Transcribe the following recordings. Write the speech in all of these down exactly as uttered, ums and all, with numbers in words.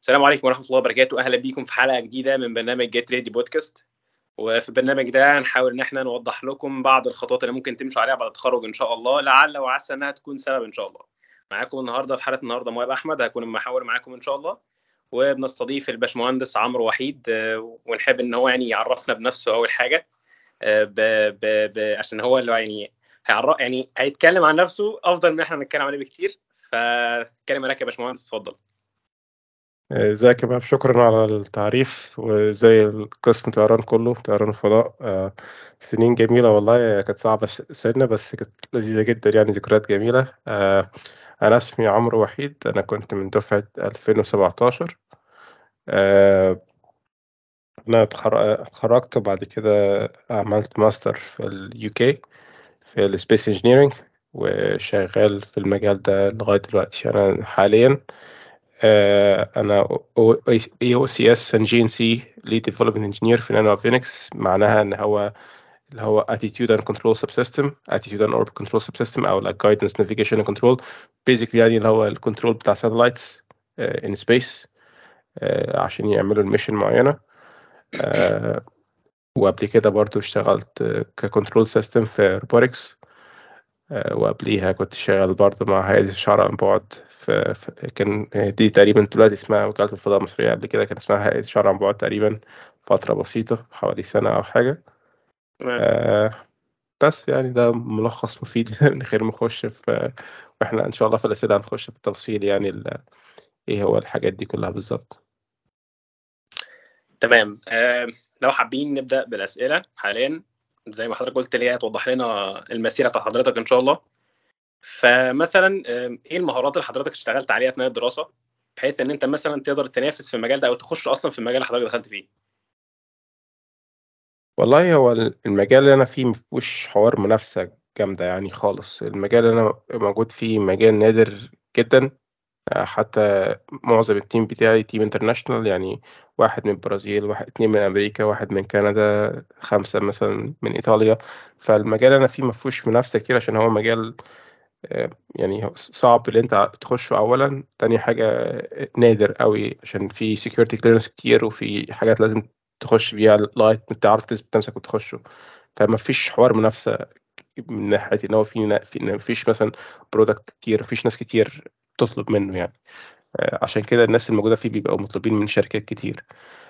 السلام عليكم ورحمة الله وبركاته. أهلا بيكم في حلقة جديدة من برنامج جيت ريدي بودكاست. وفي البرنامج ده هنحاول إن احنا نوضح لكم بعض الخطوات اللي ممكن تمشوا عليها بعد التخرج إن شاء الله، لعل وعسى إنها تكون سبب إن شاء الله. معاكم النهاردة في حلقة النهاردة مواب أحمد، هكون المحاور معاكم إن شاء الله، وبنستضيف الباشمهندس عمرو وحيد، ونحب إن هو يعني يعرفنا بنفسه أول حاجة، ب ب ب عشان هو اللي يعني هيعرف يعني هيتكلم عن نفسه أفضل من احنا نتكلم عليه بكتير. فكلمة لك يا باشمهندس، اتفضل. ازيك يا باب، شكرا على التعريف. وزي القسم طيران كله طيران الفضاء، آه، سنين جميلة والله. كانت صعبة سنة بس كانت لذيذة جدا، يعني ذكريات جميلة. آه، أنا اسمي عمرو وحيد، أنا كنت من دفعة ألفين وسبعتاشر. آه، أنا اتخر- اتخرجت وبعد كده عملت ماستر في اليو كي في السبيس انجينيرينج، وشغال في المجال ده لغاية دلوقتي. أنا حاليا آه، انا اي او سي اس ان جي ان سي ليد ديفلوبمنت انجينير في نانو افينكس. معناها ان هو اللي هو attitude and control subsystem attitude and orbit control subsystem او like guidance navigation and control. basically يعني اللي هو الكنترول بتاع satellites uh, in space uh, عشان يعملوا الميشن معينة. uh, وقبل كده برضو اشتغلت uh, ككنترول سيستم في روبوتكس. آه، وقبليها كنت شغال برضه مع هيئة الشعر عن بعد في في- كان دي تقريبا دلوقتي اسمها وكالة الفضاء المصرية، قبل كده كان اسمها هيئة الشعر عن بعد تقريبا فترة بسيطة حوالي سنة أو حاجة. تمام. آه، بس يعني ده ملخص مفيد من غير ما نخش في، واحنا إن شاء الله في الأسئلة هنخش في التفصيل، يعني ال- إيه هو الحاجات دي كلها بالظبط. تمام. آه لو حابين نبدأ بالأسئلة حاليا، زي ما حضرتك قلت لي هتوضح لنا المسيرة بتاعت حضرتك إن شاء الله. فمثلا آه إيه المهارات اللي حضرتك اشتغلت عليها أثناء الدراسة، بحيث إن أنت مثلا تقدر تنافس في المجال ده أو تخش أصلا في المجال اللي حضرتك دخلت فيه؟ والله هو المجال اللي أنا فيه مفيهوش حوار منافسة جامدة يعني خالص. المجال اللي أنا موجود فيه مجال نادر جدا. حتى معظم التيم بتاعي تيم انترناشونال، يعني واحد من البرازيل، واحد اتنين من امريكا، واحد من كندا، خمسة مثلا من ايطاليا. فالمجال انا فيه مفهوش منافسة كتير، عشان هو مجال آه، يعني صعب اللي انت تخشه اولا. تاني حاجة آه، نادر قوي عشان في security clearance كتير، وفي حاجات لازم تخش بيها لغاية ما تعرف تثبت نفسك وتخشه. فما فيش حوار منافسة من ناحية ان هو في في إن مفيش مثلا برودكت كتير، مفيش ناس كتير تطلب منه يعني. آه، عشان كده الناس الموجودة فيه بيبقوا مطلوبين من شركات كتير.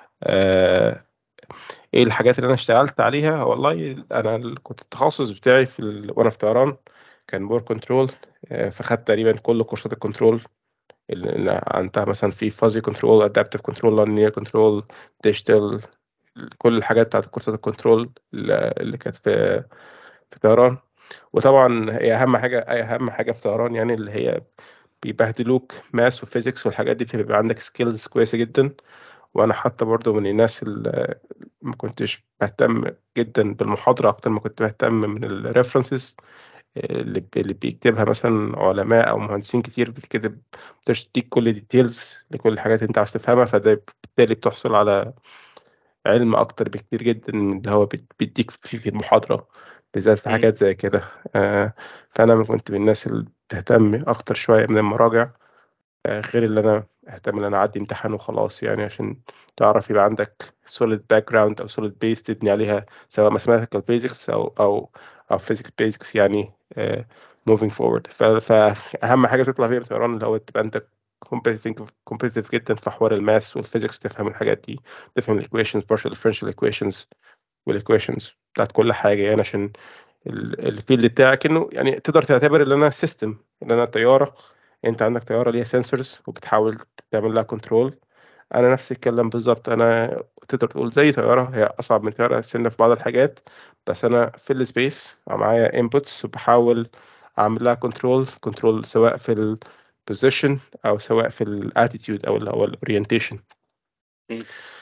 آه، ايه الحاجات اللي انا اشتغلت عليها؟ والله انا ال- كنت التخصص بتاعي في ال... وانا في طيران كان بور كنترول. فخدت تقريبا كل كورسات الكنترول اللي اللي عندها، مثلا في فازي كنترول، ادابتيف كنترول، لينير كنترول، ديجيتال، كل الحاجات بتاعت كورسات الكنترول اللي اللي كانت في في طيران. وطبعا هي اهم حاجه اهم حاجه في طيران، يعني اللي هي بيبهدلوك ماس وفيزيكس والحاجات دي، فبيبقى عندك سكيلز كويسة جدا. وانا حتى برضو من الناس اللي ما كنتش بهتم جدا بالمحاضرة اكتر ما كنت بهتم من الريفرنسز اللي اللي بيكتبها مثلا علماء او مهندسين كتير بتكتب، بتديك كل ديتيلز لكل الحاجات اللي انت عاوز تفهمها. فده بالتالي بتحصل على علم اكتر بكتير جدا من اللي هو بت- بيديك في في المحاضرة، بالذات في مم. حاجات زي كده. آه، فانا كنت من الناس اللي بتهتم اكتر شوية من المراجع، آه، غير اللي انا اهتم ان انا اعدي امتحان وخلاص، يعني عشان تعرف يبقى عندك solid background او solid base تبني عليها، سواء mathematical basics او او او physics basics يعني. آه، moving forward. ف- فاهم حاجه تطلع فيها بالطيران اللي هو تبقى انت competitive competitive جدا في حوار الماس والفيزيكس، تفهم الحاجات دي، تفهم الايكويشنز partial differential equations والايكويشنز بتاعت كل حاجه، يعني عشان الفيلد بتاعك انه يعني تقدر تعتبر ان انا سيستم، ان انا طياره. انت عندك طياره ليها سنسورز وبتحاول تعمل لها كنترول. انا نفس الكلام بالظبط. انا تقدر تقول زي طياره، هي اصعب من طياره سنه في بعض الحاجات، بس انا في السبيس معايا انبوتس وبحاول اعمل لها كنترول كنترول سواء في البوزيشن او سواء في الاتيتيود او اللي هو الاورينتيشن. مم.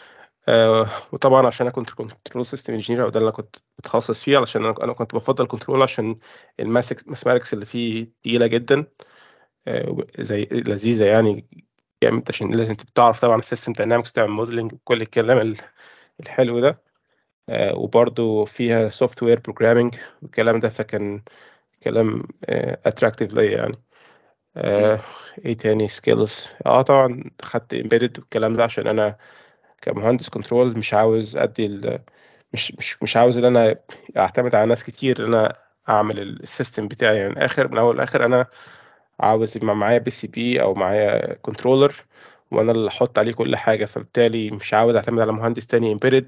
آه، وطبعا عشان انا كنت كنترول سيستم انجينير، وده اللي انا كنت متخصص فيه، علشان انا أنا كنت بفضل كنترول عشان الماثماتكس اللي فيه تقيله جدا. آه، زي لذيذه يعني جامد، عشان لازم انت بتعرف طبعا السيستم داينامكس، تعمل موديلنج وكل الكلام ال- الحلو ده. آه، وبرضه فيها سوفت وير بروجرامنج والكلام ده، فكان كلام اتراكتيف ليا يعني. آه، ايه تاني سكيلز؟ اه طبعا خدت امبيدد والكلام ده عشان انا كمهندس كنترول مش عاوز ادي ال مش مش مش عاوز ان انا اعتمد على ناس كتير ان انا اعمل السيستم بتاعي. يعني من الاخر من اول لاخر انا عاوز يبقى معايا بي سي بي او معايا كنترولر وانا اللي احط عليه كل حاجه، فبالتالي مش عاوز اعتمد على مهندس تاني امبيدد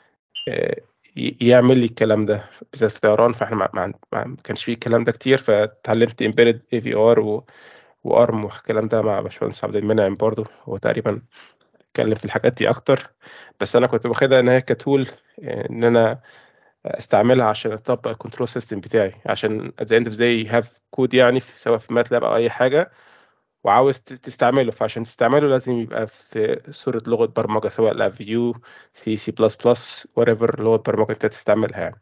يعمل لي الكلام ده بالذات في طيران. فاحنا ما, ما, ما كانش فيه الكلام ده كتير، فتعلمت امبيدد اي في ار وارم والكلام ده مع باشمهندس عبد المنعم برضه، هو تقريبا اتكلم في الحاجات دي اكتر. بس انا كنت واخدها ان هي كتول ان انا استعملها عشان اطبق الكنترول سيستم بتاعي، عشان at the end of the day have كود يعني في سواء في ماتلاب او اي حاجه وعاوز ت- تستعمله. فعشان تستعمله لازم يبقى في صورة لغة برمجة سواء لا فيو سي سي بلس بلس whatever لغة برمجة انت تستعملها يعني.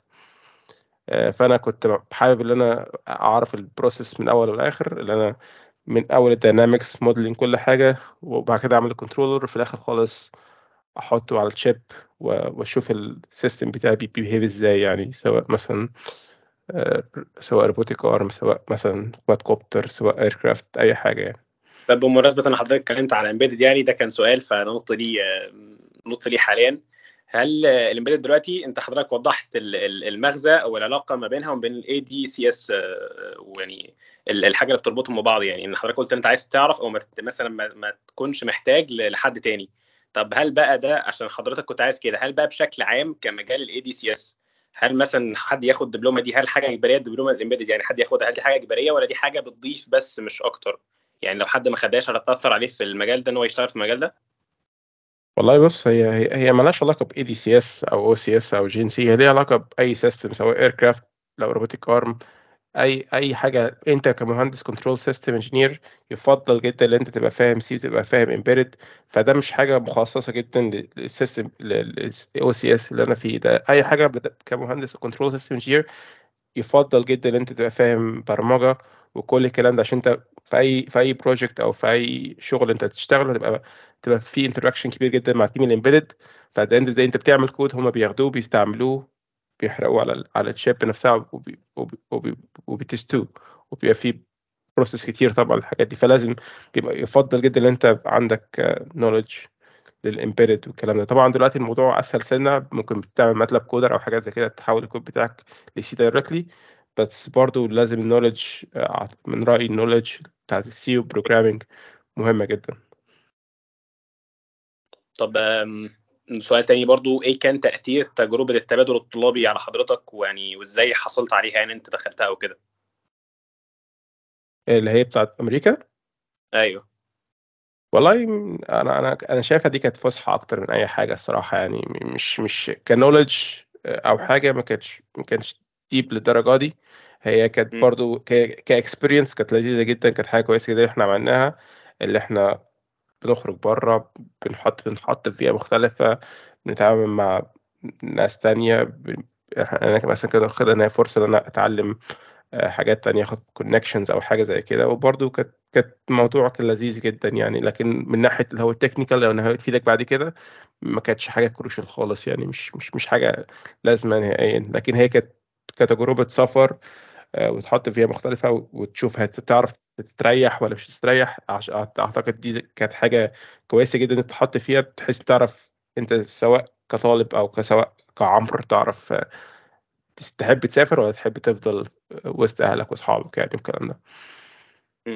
آه، فانا كنت حابب ان انا اعرف البروسيس من اول للاخر، اللي انا من اول الداينامكس موديلنج كل حاجه، وبعد كده اعمل الكنترولر وفي الاخر خالص احطه على الشيب واشوف السيستم بتاعي بيبيهيف ازاي، يعني سواء مثلا آه، سواء روبوتيك ارم، سواء مثلا كواد كوبتر، سواء ايركرافت، اي حاجه يعني. طب بمناسبة ان حضرتك اتكلمت على امبيدد، يعني ده كان سؤال فننط ليه ننط ليه حاليا. هل الامبيدد دلوقتي انت حضرتك وضحت ال- ال- المغزى او العلاقه ما بينها وبين الاي دي سي اس، ويعني ال- الحاجه اللي بتربطهم ببعض، يعني ان حضرتك قلت انت عايز تعرف او ما ت- مثلا ما, ما تكونش محتاج ل- لحد تاني. طب هل بقى ده عشان حضرتك كنت عايز كده، هل بقى بشكل عام كمجال الاي دي سي اس، هل مثلا حد ياخد الدبلومه دي، هل حاجه اجباريه الدبلومه الامبيدد يعني حد ياخدها، هل دي حاجه اجباريه ولا دي حاجه بتضيف بس مش اكتر؟ يعني لو حد ما خدهاش هتأثر عليه في المجال ده ان هو يشتغل في المجال ده؟ والله بص، هي هي هي مالهاش علاقه باي دي سي اس او او سي اس او جي ان سي، هي ليها علاقه باي سيستم سواء ايركرافت لو روبوتيك ارم، اي اي حاجه. انت كمهندس كنترول سيستم انجينير يفضل جدا ان انت تبقى فاهم سي وتبقى فاهم امبيدد. فده مش حاجه مخصصه جدا للسيستم الاو سي اس اللي انا فيه ده. اي حاجه بد- كمهندس كنترول سيستم انجينير يفضل جدا ان انت تبقى فاهم برمجه وكل الكلام ده، عشان انت في اي في اي بروجكت او في اي شغل انت تشتغله تبقى تبقى في انتراكشن كبير جدا مع تيم الامبيدد. فات اند انت بتعمل كود، هم بياخدوه بيستعملوه بيحرقوه على ال على الشيب نفسها وبي وبي وبي وبيتستوه، وبيبقى فيه بروسيس كتير طبعا الحاجات دي. فلازم بيبقى يفضل جدا ان انت يبقى عندك نولج للامبيدد والكلام ده. طبعا دلوقتي الموضوع اسهل سنه، ممكن بتعمل ماتلاب كودر او حاجات زي كده تحول الكود بتاعك لسي دايركتلي، بس برضو لازم النولج، من رايي النولج بتاعت السي وبروجرامينج مهمه جدا. طب آم، سؤال تاني برضو، ايه كان تأثير تجربة التبادل الطلابي على حضرتك، ويعني وازاي حصلت عليها، يعني انت دخلتها وكده؟ اللي هي بتاعت امريكا، ايوه. والله انا انا انا شايفها دي كانت فسحه اكتر من اي حاجه الصراحه، يعني مش مش كنولج او حاجه، ما كانتش ما كانتش ديب للدرجه دي. هي كانت م- برضو كاكسبيرينس كانت لذيذه جدا، كانت حاجه كويسه جدا احنا عملناها. اللي احنا بنخرج بره، بنحط بنحط في بيئة مختلفة، بنتعامل مع ناس تانية ب- أنا مثلا كده واخد إن هي فرصة إن أنا أتعلم آه، حاجات تانية، أخد كونكشنز أو حاجة زي كده. وبرضه كانت كانت موضوع كان لذيذ جدا يعني. لكن من ناحية اللي هو التكنيكال لو إنها هتفيدك بعد كده، ما كانتش حاجة كروشال خالص يعني، مش مش مش حاجة لازمة نهائيا. لكن هي كانت كتجربة سفر آه، وتحط فيها مختلفة وتشوف هتعرف تستريح ولا مش تستريح. عش- أعتقد دي كانت حاجة كويسة جدا إنك تحط فيها، بحيث تعرف أنت سواء كطالب أو كسواء كعمر تعرف آه، تس- تحب تسافر ولا تحب تفضل آه، وسط أهلك وأصحابك يعني والكلام ده. م.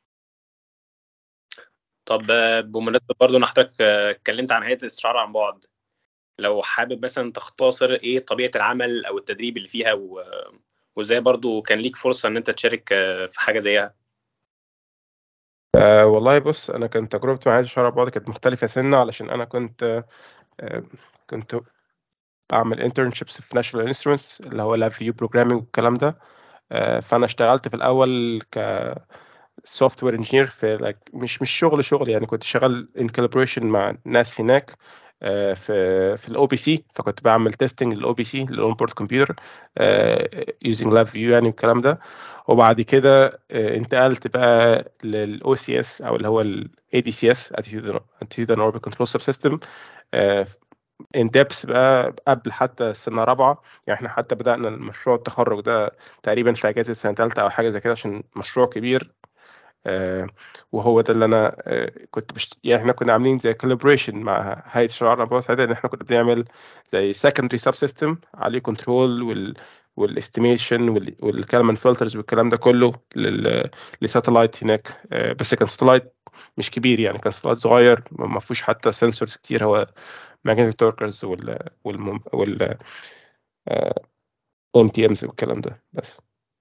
طب آه، بمناسبة برضو ان حضرتك آه، اتكلمت عن هيئة الاستشارة عن بعد، لو حابب مثلا تختصر ايه طبيعة العمل او التدريب اللي فيها، و... وازاي برضو كان ليك فرصة ان انت تشارك آه، في حاجة زيها؟ أه والله بص، أنا كانت تجربتي مع الشرع بعض كانت مختلفة سنة، علشان أنا كنت أه كنت أعمل internships في National Instruments اللي هو ال فيو Programming والكلام ده. أه فأنا اشتغلت في الأول ك سوفت وير انجينير في like مش مش شغل شغل يعني، كنت شغال ان كولابوريشن مع ناس هناك آه، في في الاو بي سي. فكنت بعمل تيستنج للاو بي سي للاون بورد كمبيوتر يوزنج لاف فيو يعني والكلام ده. وبعد كده آه، انتقلت بقى للاو سي اس او اللي هو الاي دي سي اس اتيتيود اند اوربت كنترول سب سيستم ان ديبس بقى قبل حتى السنه رابعه. يعني احنا حتى بدانا المشروع التخرج ده تقريبا في اجازه سنه ثالثه او حاجه زي كده، عشان مشروع كبير آه، وهو ده اللي انا آه، كنت بشت... يعني احنا كنا عاملين زي collaboration مع هيئه الشعراء الرباط هذا، ان احنا كنا بنعمل زي secondary subsystem عليه كنترول وال والاستيميشن والكلام فلترز والكلام ده كله لل لساتلايت هناك. آه، بس كان ساتلايت مش كبير يعني، كان ساتلايت صغير ما فيهوش حتى سنسورز كتير، هو magnetic توركرز وال وال وال ام تي امز والكلام ده بس.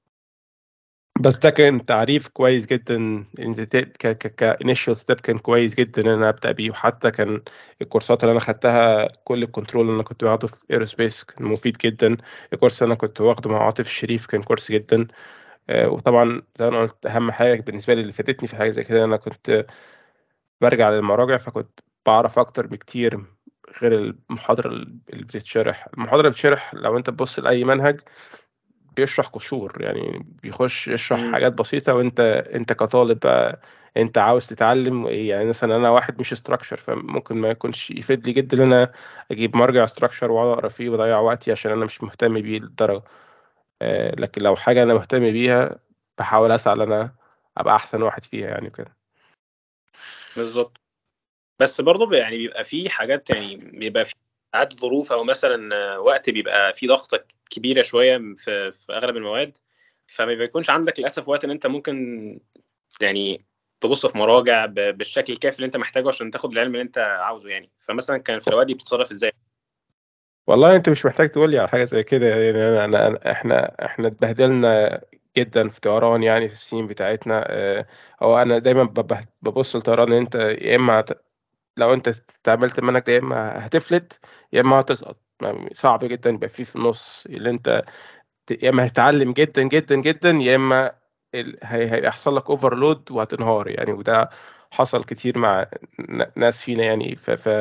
بس ده كان تعريف كويس جدا، ك ك كانيشال ستيب كان كويس جدا ان انا ابدا بيه. وحتى كان الكورسات اللي انا خدتها، كل الكنترول اللي انا كنت واخده في ايروسبيس كان مفيد جدا. الكورس اللي انا كنت واخده مع عاطف الشريف كان كورس جدا. آه، وطبعا زي ما انا قلت، اهم حاجه بالنسبه لي اللي فادتني في حاجه زي كده، انا كنت برجع للمراجع، فكنت بعرف اكتر بكتير غير المحاضره اللي بتتشرح. المحاضره اللي بتتشرح لو انت تبص لاي منهج بيشرح قشور، يعني بيخش يشرح مم. حاجات بسيطة، وانت انت كطالب بقى انت عاوز تتعلم ايه. يعني مثلا انا واحد مش استراكشر، فممكن ما يكونش يفيد لي جدا ان انا اجيب مرجع استراكشر واقعد اقرا فيه واضيع وقتي عشان انا مش مهتم بيه للدرجة. آه، لكن لو حاجة انا مهتم بيها بحاول اسعى ان انا ابقى احسن واحد فيها يعني كده. بالظبط. بس برضه يعني بيبقى في حاجات، يعني بيبقى في ساعات ظروف او مثلا وقت بيبقى في ضغطة كبيرة شوية في في اغلب المواد، فما بيكونش عندك للاسف وقت ان انت ممكن يعني تبص في مراجع ب- بالشكل الكافي اللي انت محتاجه عشان تاخد العلم اللي انت عاوزه يعني. فمثلا كان في الاوقات دي بتتصرف ازاي؟ والله انت مش محتاج تقول لي على حاجة زي كده يعني. انا انا أنا- احنا احنا اتبهدلنا جدا في طيران يعني في السين بتاعتنا. آه، هو انا دايما بب- ببص لطيران ان انت يا اما لو انت استعملت المنهج ده يا اما هتفلت يا اما هتسقط. ما- صعب جدا يبقى فيه في النص اللي انت ت- يا اما هتتعلم جدا جدا جدا، يا اما ال- هي- هيحصل لك اوفرلود وهتنهار يعني. وده حصل كتير مع ن- ناس فينا يعني. ف ف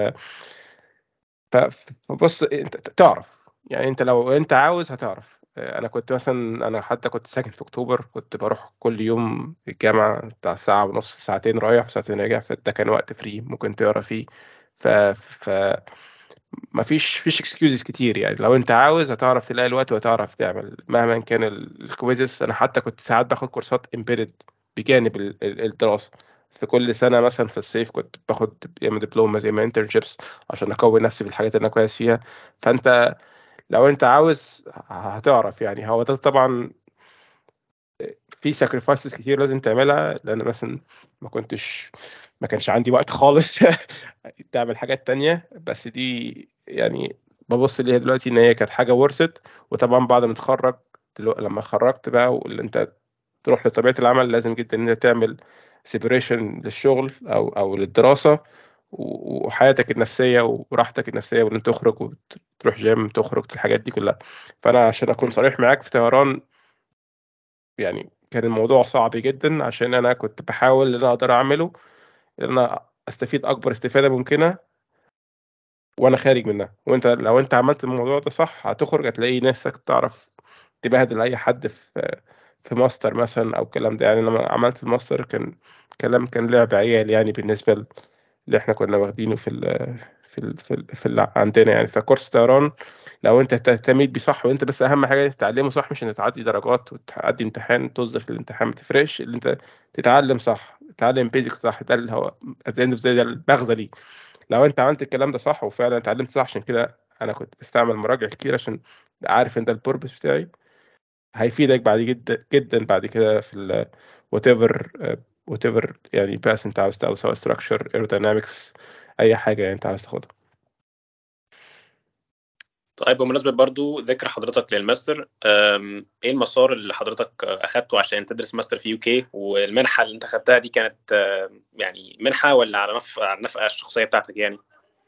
ف- فبص انت ت- تعرف يعني، انت لو انت عاوز هتعرف. اه، انا كنت مثلا، انا حتى كنت ساكن في اكتوبر، كنت بروح كل يوم الجامعه بتاع ساعه ونص، ساعتين رايح وساعتين راجع، فده كان وقت فري ممكن تقرا فيه. ف ف ما فيش فيش اكسكيوزز كتير يعني. لو انت عاوز هتعرف تلاقي الوقت وهتعرف تعمل مهما كان ال- الكويزز. انا حتى كنت ساعات باخد كورسات امبيدد بجانب ال- ال- الدراسه. في كل سنه مثلا في الصيف كنت باخد يا اما دبلومه زي ما انترنشيبس عشان اقوي نفسي في الحاجات اللي انا كويس فيها. فانت لو انت عاوز هتعرف يعني. هو ده طبعا في ساكريفايسز كتير لازم تعملها، لان مثلا ما كنتش ما كانش عندي وقت خالص تعمل حاجات تانية. بس دي يعني ببص ليها دلوقتي ان هي كانت حاجة ورثت. وطبعا بعد ما اتخرج دلو... لما خرجت بقى واللي انت تروح لطبيعة العمل، لازم جدا ان انت تعمل سيبريشن للشغل او او للدراسة و- وحياتك النفسية وراحتك النفسية، وان انت تخرج وتروح جيم، تخرج الحاجات دي كلها. فانا عشان اكون مم. صريح معاك، في طيران يعني كان الموضوع صعب جدا، عشان انا كنت بحاول ان انا اقدر اعمله ان انا استفيد اكبر استفادة ممكنة وانا خارج منها. وانت لو انت عملت الموضوع ده صح هتخرج هتلاقي نفسك تعرف تبهدل اي حد في في ماستر مثلا او الكلام ده يعني. لما عملت الماستر كان كلام كان لعب عيال يعني بالنسبه اللي احنا كنا واخدينه في ال في ال في, ال في ال عندنا يعني. فكورس طيران لو انت اهتميت بيه صح، وانت بس اهم حاجه تتعلمه صح، مش ان تعدي درجات وتعدي امتحان توظف في الامتحان، ما تفرقش. اللي انت تتعلم صح، تتعلم بيزك صح، ده اللي هو at the end of the day ده المغزى ليه. لو انت عملت الكلام ده صح وفعلا اتعلمت صح، عشان كده انا كنت بستعمل مراجع كتير عشان عارف ان ده البوربس بتاعي، هيفيدك بعد جدا جدا بعد كده في ال whatever uh, whatever يعني باس انت عاوز تاخده، سواء structure aerodynamics اي حاجه يعني انت عاوز تاخدها. طيب بمناسبة برضو ذكر حضرتك للماستر، أم، ايه المسار اللي حضرتك اخدته عشان تدرس ماستر في يو كي؟ والمنحة اللي انت خدتها دي كانت أم، يعني منحة ولا على نفع على النفقة الشخصية بتاعتك يعني؟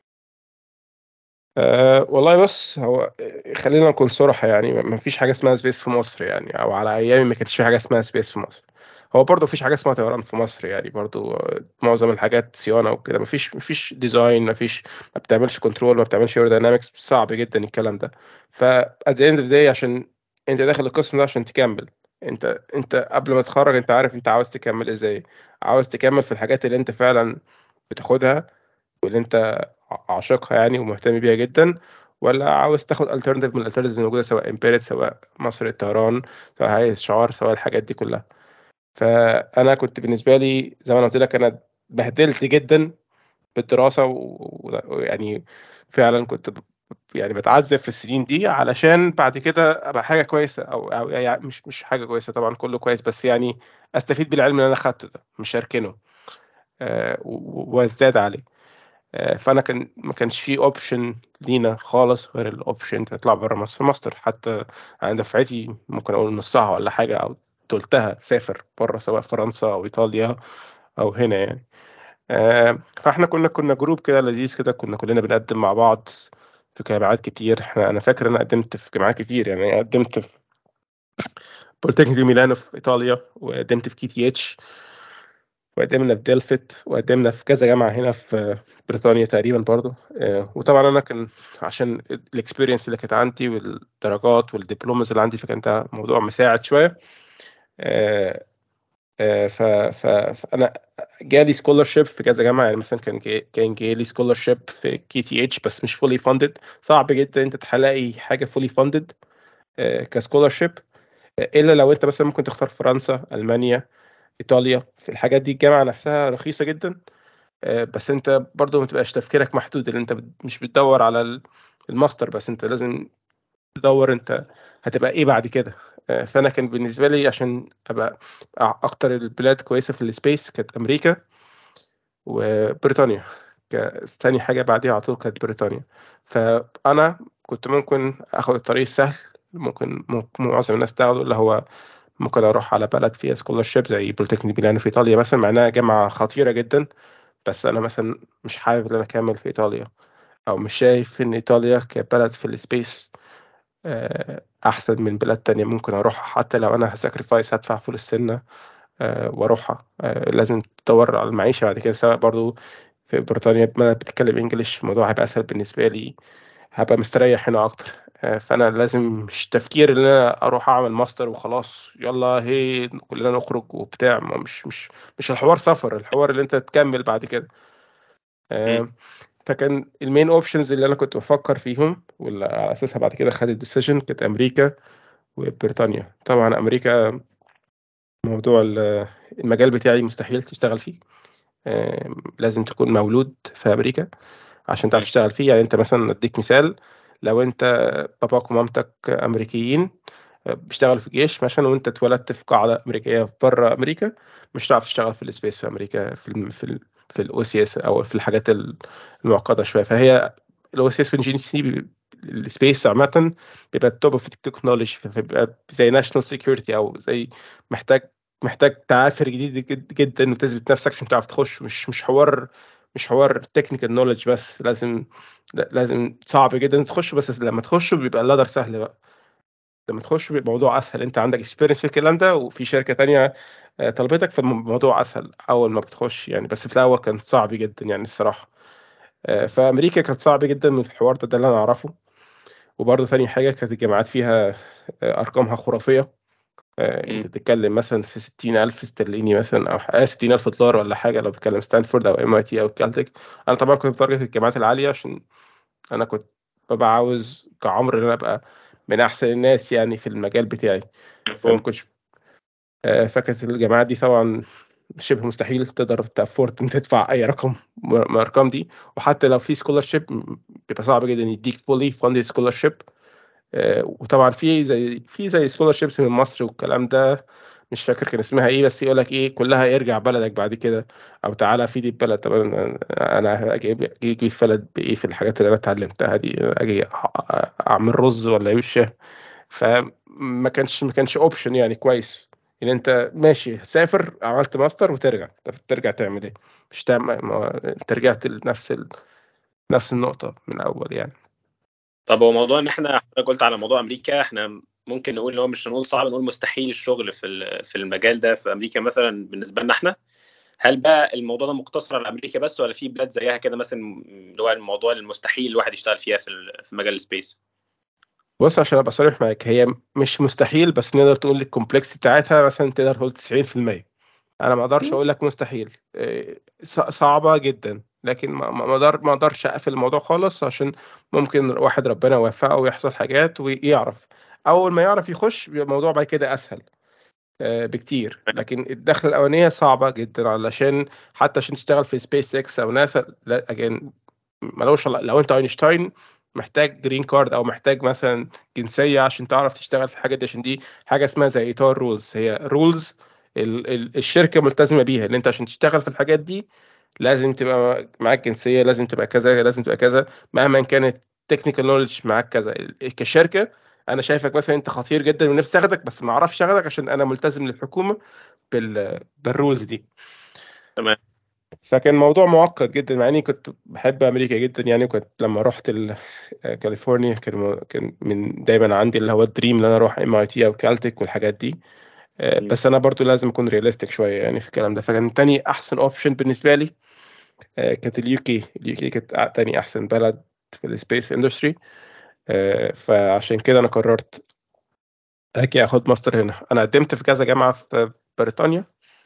أه والله بص، هو خلينا نكون صراحة يعني، ما فيش حاجة اسمها سبيس في مصر يعني، أو على أيامي ما كانش في حاجة اسمها سبيس في مصر. هو برضه مفيش حاجة اسمها طيران في مصر يعني. برضه آه، معظم الحاجات صيانة وكده، مفيش مفيش ديزاين، مفيش ما بتعملش كنترول، ما بتعملش ايروداينامكس، صعب جدا الكلام ده. ف at the end of the day عشان أنت داخل القسم ده عشان تكمل. أنت أنت قبل ما تتخرج أنت عارف أنت عاوز تكمل إزاي. عاوز تكمل في الحاجات اللي أنت فعلا بتاخدها واللي انت عاشقها يعني ومهتم بيها جدا، ولا عاوز تاخد alternative من الالترناتيفز الموجوده، سواء امبيريد، سواء مصر الطيران، سواء هيئه الشعار، سواء الحاجات دي كلها. فانا كنت بالنسبه لي زي ما انا قلت لك انا بهدلت جدا بالدراسه و- ويعني فعلا كنت ب- يعني بتعذب في السنين دي علشان بعد كده ابقى حاجه كويسه او او يعني مش مش حاجه كويسه طبعا كله كويس بس يعني استفيد بالعلم اللي انا اخدته ده مش اركنه آه، و- وازداد عليه. آه، فانا كان ما كانش في اوبشن لينا خالص غير الاوبشن تطلع بره مصر ماستر. حتى عند دفعتي ممكن اقول نصها ولا حاجه او تلتها سافر بره سواء فرنسا او ايطاليا او هنا يعني. آه، فاحنا كنا كنا جروب كده لذيذ كده كنا كلنا بنقدم مع بعض في جامعات كتير. احنا انا فاكر انا قدمت في جامعات كتير يعني قدمت في بوليتكنيك دي ميلانو في ايطاليا وقدمت في كي تي اتش وقدمنا في ديلفت وقدمنا في كذا جامعة هنا في بريطانيا تقريبا برضو. آه، وطبعا أنا كان عشان الإكسبيرينس اللي كانت عندي والدرجات والدبلومز اللي عندي فكان ده موضوع مساعد شوية. آه، آه، ف- ف- فأنا جالي سكولرشيب في كذا جامعة. يعني مثلا كان جاي كان جالي سكولرشيب في كي تي اتش بس مش فولي فاندد. صعب جدا انت تلاقي حاجة فولي فاندد كسكولرشيب الا لو انت مثلا ممكن تختار فرنسا المانيا ايطاليا. في الحاجات دي الجامعه نفسها رخيصه جدا. آه، بس انت برضو ما تبقاش تفكيرك محدود اللي انت بت- مش بتدور على ال- الماستر بس انت لازم تدور انت هتبقى ايه بعد كده. آه، فانا كان بالنسبه لي عشان ابقى أع- اكتر البلاد كويسه في السبيس كانت امريكا وبريطانيا. ك- ثاني حاجه بعديها على طول كانت بريطانيا. فانا كنت ممكن اخد الطريق السهل ممكن ممكن معظم الناس تاخده اللي هو ممكن اروح على بلد فيها سكولرشيب زي بوليتكنيك ميلانو في ايطاليا مثلا مع انها جامعه خطيره جدا. بس انا مثلا مش حابب ان انا اكمل في ايطاليا او مش شايف ان ايطاليا كبلد في السبيس آه، احسن من بلاد تانية ممكن اروحها حتى لو انا هساكريفايس هدفع فلوس السنة آه، واروحها. آه، لازم تدور على المعيشة بعد كده سواء برضو في بريطانيا بلد بتتكلم انجليش الموضوع هيبقى اسهل بالنسبة لي هبقى مستريح هنا اكتر. آه، فانا لازم مش تفكير ان انا اروح اعمل ماستر وخلاص يلا هي كلنا نخرج وبتاع ما مش مش مش الحوار سفر الحوار اللي انت تكمل بعد كده. مم. آه، فكان المين اوبشنز اللي انا كنت بفكر فيهم واللي على اساسها بعد كده خدت الديسيجن كانت امريكا وبريطانيا. طبعا امريكا موضوع ال- المجال بتاعي مستحيل تشتغل فيه. آه، لازم تكون مولود في امريكا عشان تعرف مم. تشتغل فيه. يعني انت مثلا اديك مثال لو انت باباك ومامتك امريكيين بيشتغلوا في الجيش مثلا وانت اتولدت في قاعده امريكيه في بره امريكا مش هتعرف تشتغل في السبيس في امريكا في ال في ال في الاو سي اس او في الحاجات المعقده شويه. فهي الاو سي اس والجي سي السبيس عامه بيبقى التوب اوف التكنولوجي فبيبقى زي ناشونال سيكيورتي او زي محتاج محتاج تعافر جديد جد- جدا وتثبت نفسك عشان تعرف تخش. مش مش حوار مش حوار تكنيكال نولج بس لازم لازم صعب جدا تخش بس لما تخش بيبقى اللادر سهل بقى. لما تخش بيبقى الموضوع اسهل انت عندك اكسبيرينس في الكلام ده وفي شركه تانية آه، طلبتك فالموضوع اسهل اول ما بتخش يعني. بس في الاول كان صعب جدا يعني الصراحه. آه، فامريكا كانت صعب جدا من الحوار ده ده اللي انا اعرفه. وبرضه ثاني حاجه كانت الجامعات فيها آه، ارقامها خرافيه. آه، انت مم. بتتكلم مثلا في ستين ألف استرليني مثلا او آه، ستين ألف دولار ولا حاجه لو بتتكلم ستانفورد او ام اي تي او كالتك. انا طبعا كنت بتارجت الجامعات العاليه عشان انا كنت ببقى عاوز كعمر ان انا ابقى من احسن الناس يعني في المجال بتاعي. فما مفهوم. كنتش آه، فكرة الجامعات دي طبعا شبه مستحيل تقدر تأفورد ان تدفع اي رقم من الارقام دي. وحتى لو في سكولرشيب بيبقى صعب جدا يديك فولي فاندد سكولرشيب. وطبعا في زي في زي سكولرشيبس من مصر والكلام ده مش فاكر كان اسمها ايه بس يقول لك ايه كلها يرجع بلدك بعد كده او تعالى في دي البلد. طب انا أنا اجي اجي في بلد بايه في الحاجات اللي انا اتعلمتها دي اجي اعمل رز ولا ايه مش فاهم. فما كانش ما كانش اوبشن يعني كويس ان انت ماشي سافر عملت ماستر وترجع. طب ترجع تعمل ايه؟ مش تعمل ما- انت رجعت لنفس ال... نفس النقطة من الاول يعني. طب هو موضوع ان احنا حضرتك قلت على موضوع امريكا، احنا ممكن نقول ان هو مش هنقول صعب، نقول مستحيل الشغل في ال- في المجال ده في امريكا مثلا بالنسبه لنا احنا. هل بقى الموضوع ده مقتصر على امريكا بس ولا في بلاد زيها كده مثلا اللي هو الموضوع المستحيل الواحد يشتغل فيها في ال- في مجال السبيس؟ بص عشان ابقى صريح معاك هي مش مستحيل بس نقدر تقول الكومبلكس بتاعتها مثلا تقدر تقول تسعين في المية. انا ما اقدرش اقول لك مستحيل إيه، ص- صعبة جدا لكن ما ما ما اقدر ما اقدرش اقفل الموضوع خالص عشان ممكن واحد ربنا يوفقه ويحصل حاجات ويعرف اول ما يعرف يخش بيبقى الموضوع بعد كده اسهل. بكتير. لكن الدخله الاولانيه صعبه جدا، علشان حتى عشان تشتغل في سبيس اكس او ناسا، لا اجين ملوش. لو انت اينشتاين محتاج جرين كارد او محتاج مثلا جنسيه عشان تعرف تشتغل في الحاجه دي، عشان دي حاجه اسمها زي اطار رولز، هي رولز الشركه ملتزمه بيها، اللي انت عشان تشتغل في الحاجات دي لازم تبقى معاك جنسيه، لازم تبقى كذا، لازم تبقى كذا، مهما كانت تكنيكال نولج معاك كذا. كشركه انا شايفك مثلا انت خطير جدا ونفسي اخدك، بس ما اعرفش اخدك عشان انا ملتزم للحكومه بال بالرولز دي. تمام. فكان موضوع معقد جدا، مع اني كنت بحب امريكا جدا يعني. وكنت لما رحت ال- كاليفورنيا كان م- كان من دايما عندي اللي هو الدريم ان انا اروح ام اي تي او كالتك والحاجات دي. آه، مم. بس انا برضو لازم اكون رياليستيك شويه يعني في الكلام ده. فكان تاني احسن اوبشن بالنسبه لي آه، كانت اليو كي. اليو كي كانت أ- تاني احسن بلد في السبيس اندستري. فعشان كده انا قررت اجي اخد ماستر هنا. انا قدمت في كذا جامعه في بريطانيا.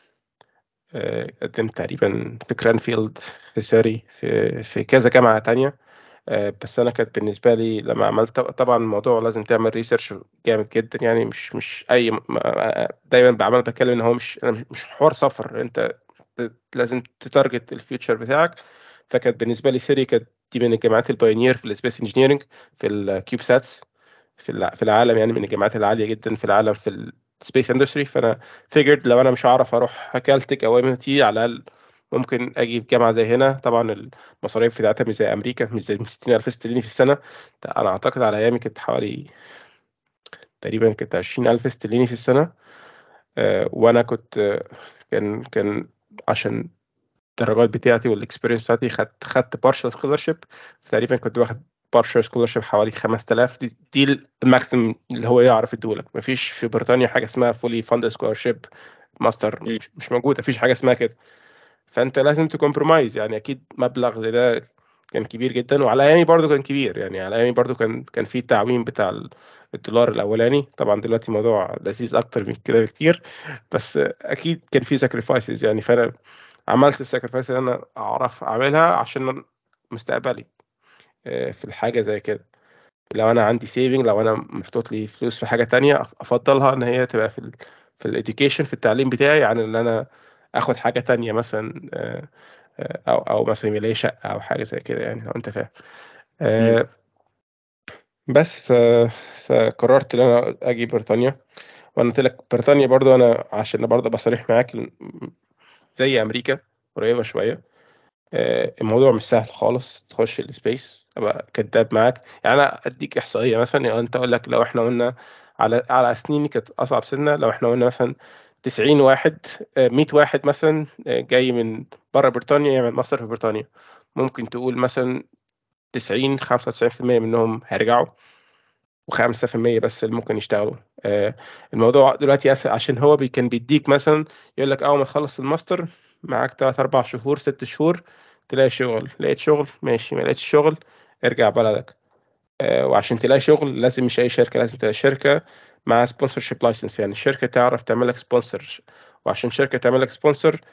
آه، قدمت تقريبا في كرانفيلد، في ساري، في في كذا جامعه تانية. آه، بس انا كانت بالنسبه لي لما عملت طبعا الموضوع لازم تعمل ريسيرش جامد جدا يعني. مش مش اي م- م- دايما بعمل بتكلم ان هو مش أنا مش مش حوار سفر، انت لازم تتارجت الفيوتشر بتاعك. فكانت بالنسبه لي سيري كانت دي من الجامعات البايونير في السبيس انجينيرنج، في الكيوب ساتس في الع- في العالم يعني، من الجامعات العاليه جدا في العالم في السبيس اندستري. فانا فيجرد لو انا مش هعرف اروح كالتك او ام تي، على الاقل ممكن اجي في جامعه زي هنا. طبعا المصاريف بتاعتها مش زي امريكا، مش زي ستين الف استرليني في السنه. انا اعتقد على ايامي كانت حوالي تقريبا كانت عشرين الف استرليني في السنه. آه، وانا كنت آه، كان كان عشان الدرجات بتاعتي والاكسبيرينس بتاعتي خدت خدت بارشال سكولرشيب. تقريبا كنت واخد بارشال سكولرشيب حوالي خمسة آلاف. دي, دي الماكسيم اللي هو يعرف يدولك. مفيش في بريطانيا حاجه اسمها فولي فاند سكولرشيب ماستر، مم. مش, مش موجوده، مفيش حاجه اسمها كده. فانت لازم تكمبرومايز يعني. اكيد مبلغ زي ده كان كبير جدا، وعلى ايامي برضو كان كبير يعني. على ايامي برضو كان كان في التعويم بتاع ال- الدولار الاولاني. طبعا دلوقتي الموضوع لذيذ اكتر من كده بكتير، بس اكيد كان في ساكريفايسز يعني. فانا عملت الساكريفايس اللي انا اعرف اعملها عشان مستقبلي آه، في الحاجه زي كده. لو انا عندي سيفنج، لو انا محطوط لي فلوس في حاجه تانية، أف- افضلها ان هي تبقى في ال في الاديوكيشن، في التعليم بتاعي، عن ان انا اخد حاجه تانية مثلا آه، آه، او او مثلا يبقى لي شقه او حاجه زي كده يعني، لو انت فاهم. مم. آه، بس ف... فقررت ان انا اجي بريطانيا. وانا قلت لك بريطانيا برضو، انا عشان برضو ابقى صريح معاك، زي امريكا قريبه شويه. آه، الموضوع مش سهل خالص تخش السبيس. ابقى كداب معاك يعني. انا اديك احصائيه مثلا يعني. انت اقول لك لو احنا قلنا على على سنيني كانت اصعب سنه، لو احنا قلنا مثلا تسعين واحد، آه، مية واحد مثلا آه، جاي من بره بريطانيا يعمل ماستر في بريطانيا، ممكن تقول مثلا تسعين خمسة وتسعين في المية منهم هيرجعوا، وخمسة في المية بس اللي ممكن يشتغلوا. آه، الموضوع دلوقتي اسهل عشان هو بي كان بيديك مثلا، يقول لك اول ما تخلص الماستر معاك تلات اربع شهور ست شهور تلاقي شغل. لقيت شغل ماشي، ما لقيتش شغل ارجع بلدك. آه، وعشان تلاقي شغل لازم مش اي شركه، لازم تلاقي شركه مع سبونسرشيب لايسنس، يعني الشركه تعرف تعمل لك سبونسر. وعشان شركه تعمل لك سبونسر،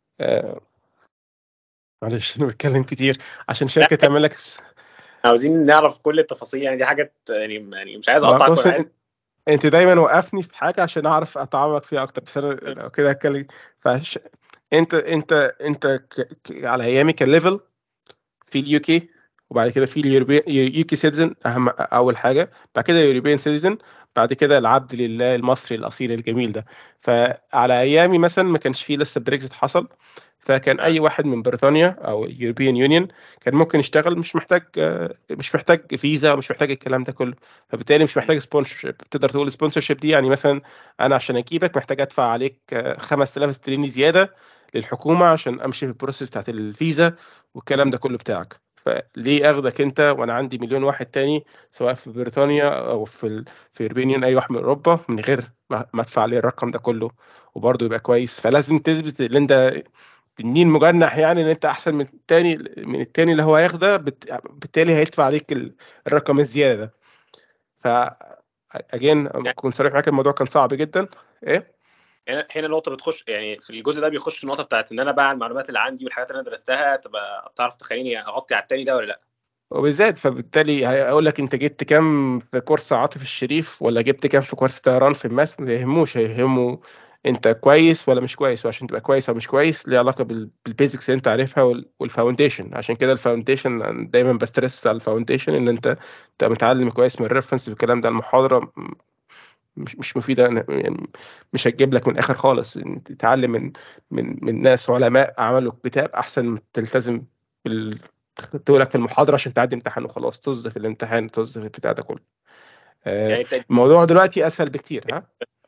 معلش انا بتكلم كتير. عشان شركه تعمل لك س- عاوزين نعرف كل التفاصيل يعني، دي حاجات يعني يعني مش عايز ما اقطعك بص، وانا عايز. انت دايما وقفني في حاجه عشان اعرف اتعمق فيها اكتر، بس انا لو كده هتكلم. فش انت انت انت ك... ك... على ايامي كان ليفل في اليو كي، وبعد كده في اليو كي سيتيزن اهم اول حاجه، بعد كده اليوروبيان سيتيزن، بعد كده العبد لله المصري الاصيل الجميل ده. فعلى ايامي مثلا ما كانش فيه لسه بريكزيت حصل، فكان آه. اي واحد من بريطانيا او اليوروبيان يونيون كان ممكن يشتغل، مش محتاج آه، مش محتاج فيزا ومش محتاج الكلام ده كله. فبالتالي مش محتاج سبونسرشيب. تقدر تقول سبونسرشيب دي يعني مثلا انا عشان اجيبك محتاج ادفع عليك آه، خمس آلاف استرليني زياده للحكومه عشان امشي في البروسيس بتاعت الفيزا والكلام ده كله بتاعك. فليه اخدك انت وانا عندي مليون واحد تاني، سواء في بريطانيا او في ال... في يوروبيان اي واحد من اوروبا، من غير ما ما ادفع عليه الرقم ده كله وبرضه يبقى كويس. فلازم تثبت ان انت تنين مجنح يعني، ان انت احسن من التاني، من التاني اللي هو هياخده بت... بالتالي هيدفع عليك ال... الرقم الزياده ده. ف اجين اكون صريح معاك، الموضوع كان صعب جدا. ايه هنا هنا النقطه بتخش يعني، في الجزء ده بيخش النقطه بتاعت ان انا بقى المعلومات اللي عندي والحاجات اللي انا درستها تبقى تعرف تخليني اغطي على التاني ده ولا لا. وبالذات فبالتالي هيقول لك انت جبت كام في كورس عاطف الشريف، ولا جبت كام في كورس طيران في الماس، ما يهموش. هيهمه انت كويس ولا مش كويس، وعشان تبقى كويس او مش كويس ليه علاقه بالبيزكس اللي انت عارفها والفاونديشن. عشان كده الفاونديشن دايما بسترس على الفاونديشن، ان انت تبقى متعلم كويس من الريفرنس والكلام ده. المحاضره مش مش مفيده يعني، مش هتجيب لك من الاخر خالص. تتعلم من من من ناس علماء عملوا كتاب احسن من تلتزم بال لك في المحاضره عشان تعدي امتحان وخلاص، طز في الامتحان، طز في البتاع ده كله. يعني انت الموضوع دلوقتي اسهل بكتير. ها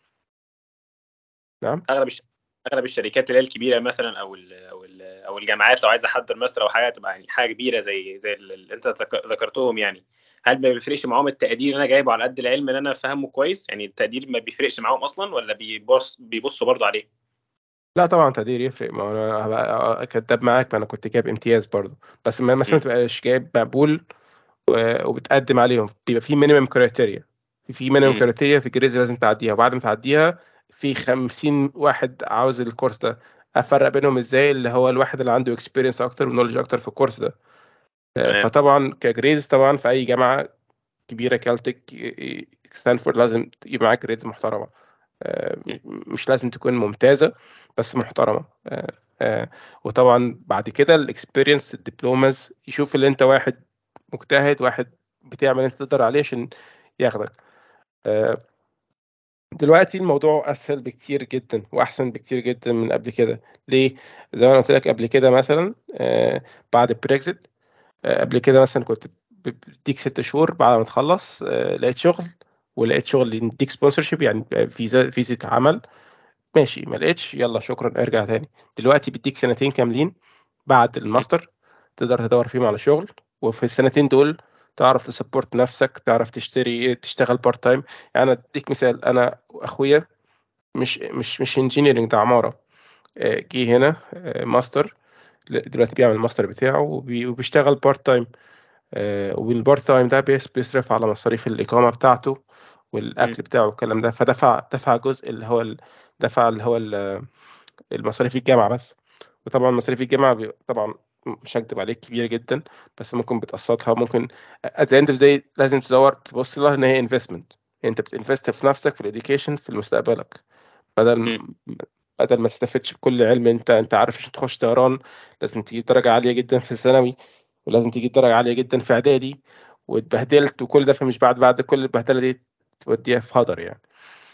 نعم. اغلب الش... اغلب الشركات اللي هي الكبيره مثلا، او ال او ال او الجامعات، لو عايز احضر ماستر او حاجه تبقى يعني حاجه كبيره زي زي اللي انت ذكرتهم، يعني هل ما بيفرقش معاهم التقدير اللي انا جايبه على قد العلم اللي انا فاهمه كويس؟ يعني التقدير ما بيفرقش معاهم اصلا، ولا بيبص بيبصوا برضو عليه؟ لا طبعا تقدير يفرق. ما انا هبقى كداب معاك، ما انا كنت جايب امتياز برضه، بس ما مثلا م. ما تبقاش جايب مقبول وبتقدم عليهم. بيبقى في مينيمم كرايتيريا، في مينيمم م. كرايتيريا في الجريز لازم تعديها، وبعد ما تعديها في خمسين واحد عاوز الكورس ده. افرق بينهم ازاي؟ اللي هو الواحد اللي عنده اكسبيرينس اكتر ونولج اكتر في الكورس ده. تمام. فطبعا كجريز طبعا في اي جامعه كبيره، كالتك، ستانفورد، لازم يبقى معاك جريدز محترمه. م. مش لازم تكون ممتازه، بس محترمه. وطبعا بعد كده الاكسبيرينس، الدبلوماز، يشوف اللي انت واحد مجتهد، واحد بتعمل انت تقدر عليه عشان ياخدك. دلوقتي الموضوع اسهل بكتير جدا واحسن بكتير جدا من قبل كده. ليه؟ زي ما انا قلت لك قبل كده، مثلا بعد البريكزيت، قبل كده مثلا كنت بديك ست شهور بعد ما تخلص لقيت شغل، ولقيت شغل يديك سبونسرشيب، يعني فيزا فيزا عمل، ماشي. ما لقيتش، يلا شكرا، ارجع تاني. دلوقتي بديك سنتين كاملين بعد م. الماستر تقدر تدور فيهم على شغل، وفي السنتين دول تعرف تسبورت نفسك، تعرف تشتري تشتغل بارت تايم. يعني انا اديك مثال، انا واخويا مش مش مش انجينيرنج، ده عمارة. آه، جه هنا آه، ماستر، دلوقتي بيعمل الماستر بتاعه وبي- وبيشتغل بارت تايم. والبارت تايم ده بيس- بيصرف على مصاريف الإقامة بتاعته م. والأكل بتاعه والكلام ده. فدفع دفع جزء اللي هو ال- دفع اللي هو ال- المصاريف الجامعة بس. وطبعا مصاريف الجامعة بي- طبعا مش هكدب عليك كبيرة جدا، بس ممكن بتقسطها. ممكن at the end of the day لازم تدور تبص لها إن هي انفستمنت. أنت بتنفست في نفسك، في الإديوكيشن، في مستقبلك، بدل م. بدل ما تستفدش بكل علم. انت انت عارف عشان تخش طيران لازم تجيب درجة عالية جدا في الثانوي، ولازم تجيب درجة عالية جدا في اعدادي، واتبهدلت وكل ده، فمش بعد بعد كل البهدلة دي توديها في هدر يعني.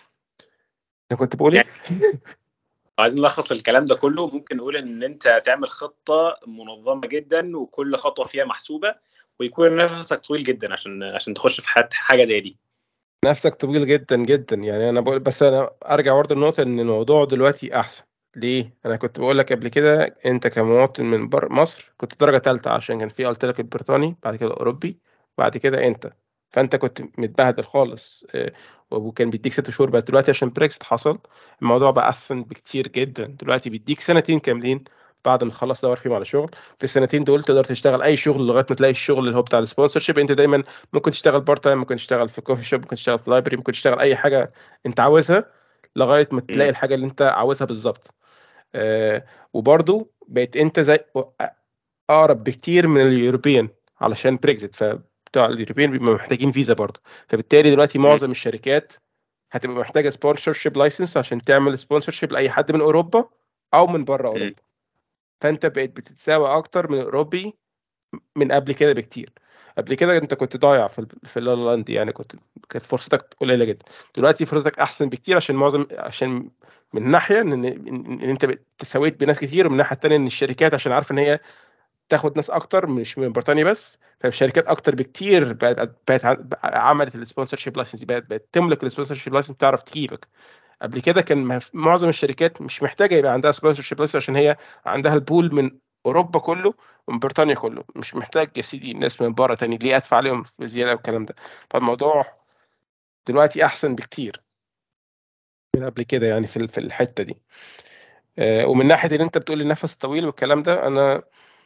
انا كنت بقول ايه؟ يعني عايزين نلخص الكلام ده كله، ممكن نقول ان انت تعمل خطه منظمه جدا وكل خطوه فيها محسوبه، ويكون نفسك طويل جدا عشان عشان تخش في حاجه زي دي. نفسك طويل جدا جدا يعني. انا بقول، بس انا ارجع برضه للنقطة ان الموضوع دلوقتي احسن. ليه؟ انا كنت بقول لك قبل كده، انت كمواطن من بر مصر كنت درجة ثالثة، عشان كان في قلت لك البريطاني، بعد كده اوروبي، بعد كده انت. فانت كنت متبهدل خالص. آه، وكان بيديك ست شهور. بس دلوقتي عشان بريكسيت حصل، الموضوع بقى احسن بكتير جدا. دلوقتي بيديك سنتين كاملين بعد ما تخلص دور فيهم على شغل. في السنتين دول تقدر تشتغل اي شغل لغايه ما تلاقي الشغل اللي هو بتاع السبونسر شيب. انت دايما ممكن تشتغل بارت تايم، ممكن تشتغل في كوفي شوب، ممكن تشتغل في لايبرري، ممكن تشتغل اي حاجه انت عاوزها لغايه ما تلاقي م. الحاجه اللي انت عاوزها بالظبط. آه وبرضو بقيت انت زي اقرب بكتير من اليوروبيان علشان بريكزيت. فبتوع اليوروبيان بيبقوا محتاجين فيزا برضو. فبالتالي دلوقتي م. معظم الشركات هتبقى محتاجه سبونسر شيب لايسنس عشان تعمل سبونسر شيب لاي حد من اوروبا او من بره م. اوروبا. فانت بقيت بتتساوى اكتر من الاوروبي من قبل كده بكتير. قبل كده انت كنت ضايع في ال- في اللاند يعني، كنت كانت فرصتك قليله جدا. دلوقتي فرصتك احسن بكتير، عشان معظم عشان من ناحيه ان ان إن انت بقيت تساويت بناس كتير، ومن الناحيه الثانيه ان الشركات عشان عارفه ان هي تاخد ناس اكتر، مش من بريطانيا بس. فالشركات اكتر بكتير بقت بقت ع- عملت السبونسر شيب لايسنس، بقت بقت تملك السبونسر شيب لايسنس، تعرف تجيبك. قبل كده كان مف- معظم الشركات مش محتاجه يبقى عندها سبونسر شيب لايسنس، عشان هي عندها البول من اوروبا كله ومن بريطانيا كله، مش محتاج يا سيدي الناس من بره تاني ليه ادفع عليهم زياده والكلام ده. فالموضوع دلوقتي احسن بكتير من قبل كده يعني في ال- في الحته دي. آه، ومن ناحيه ان انت بتقول لي نفس طويل والكلام ده، انا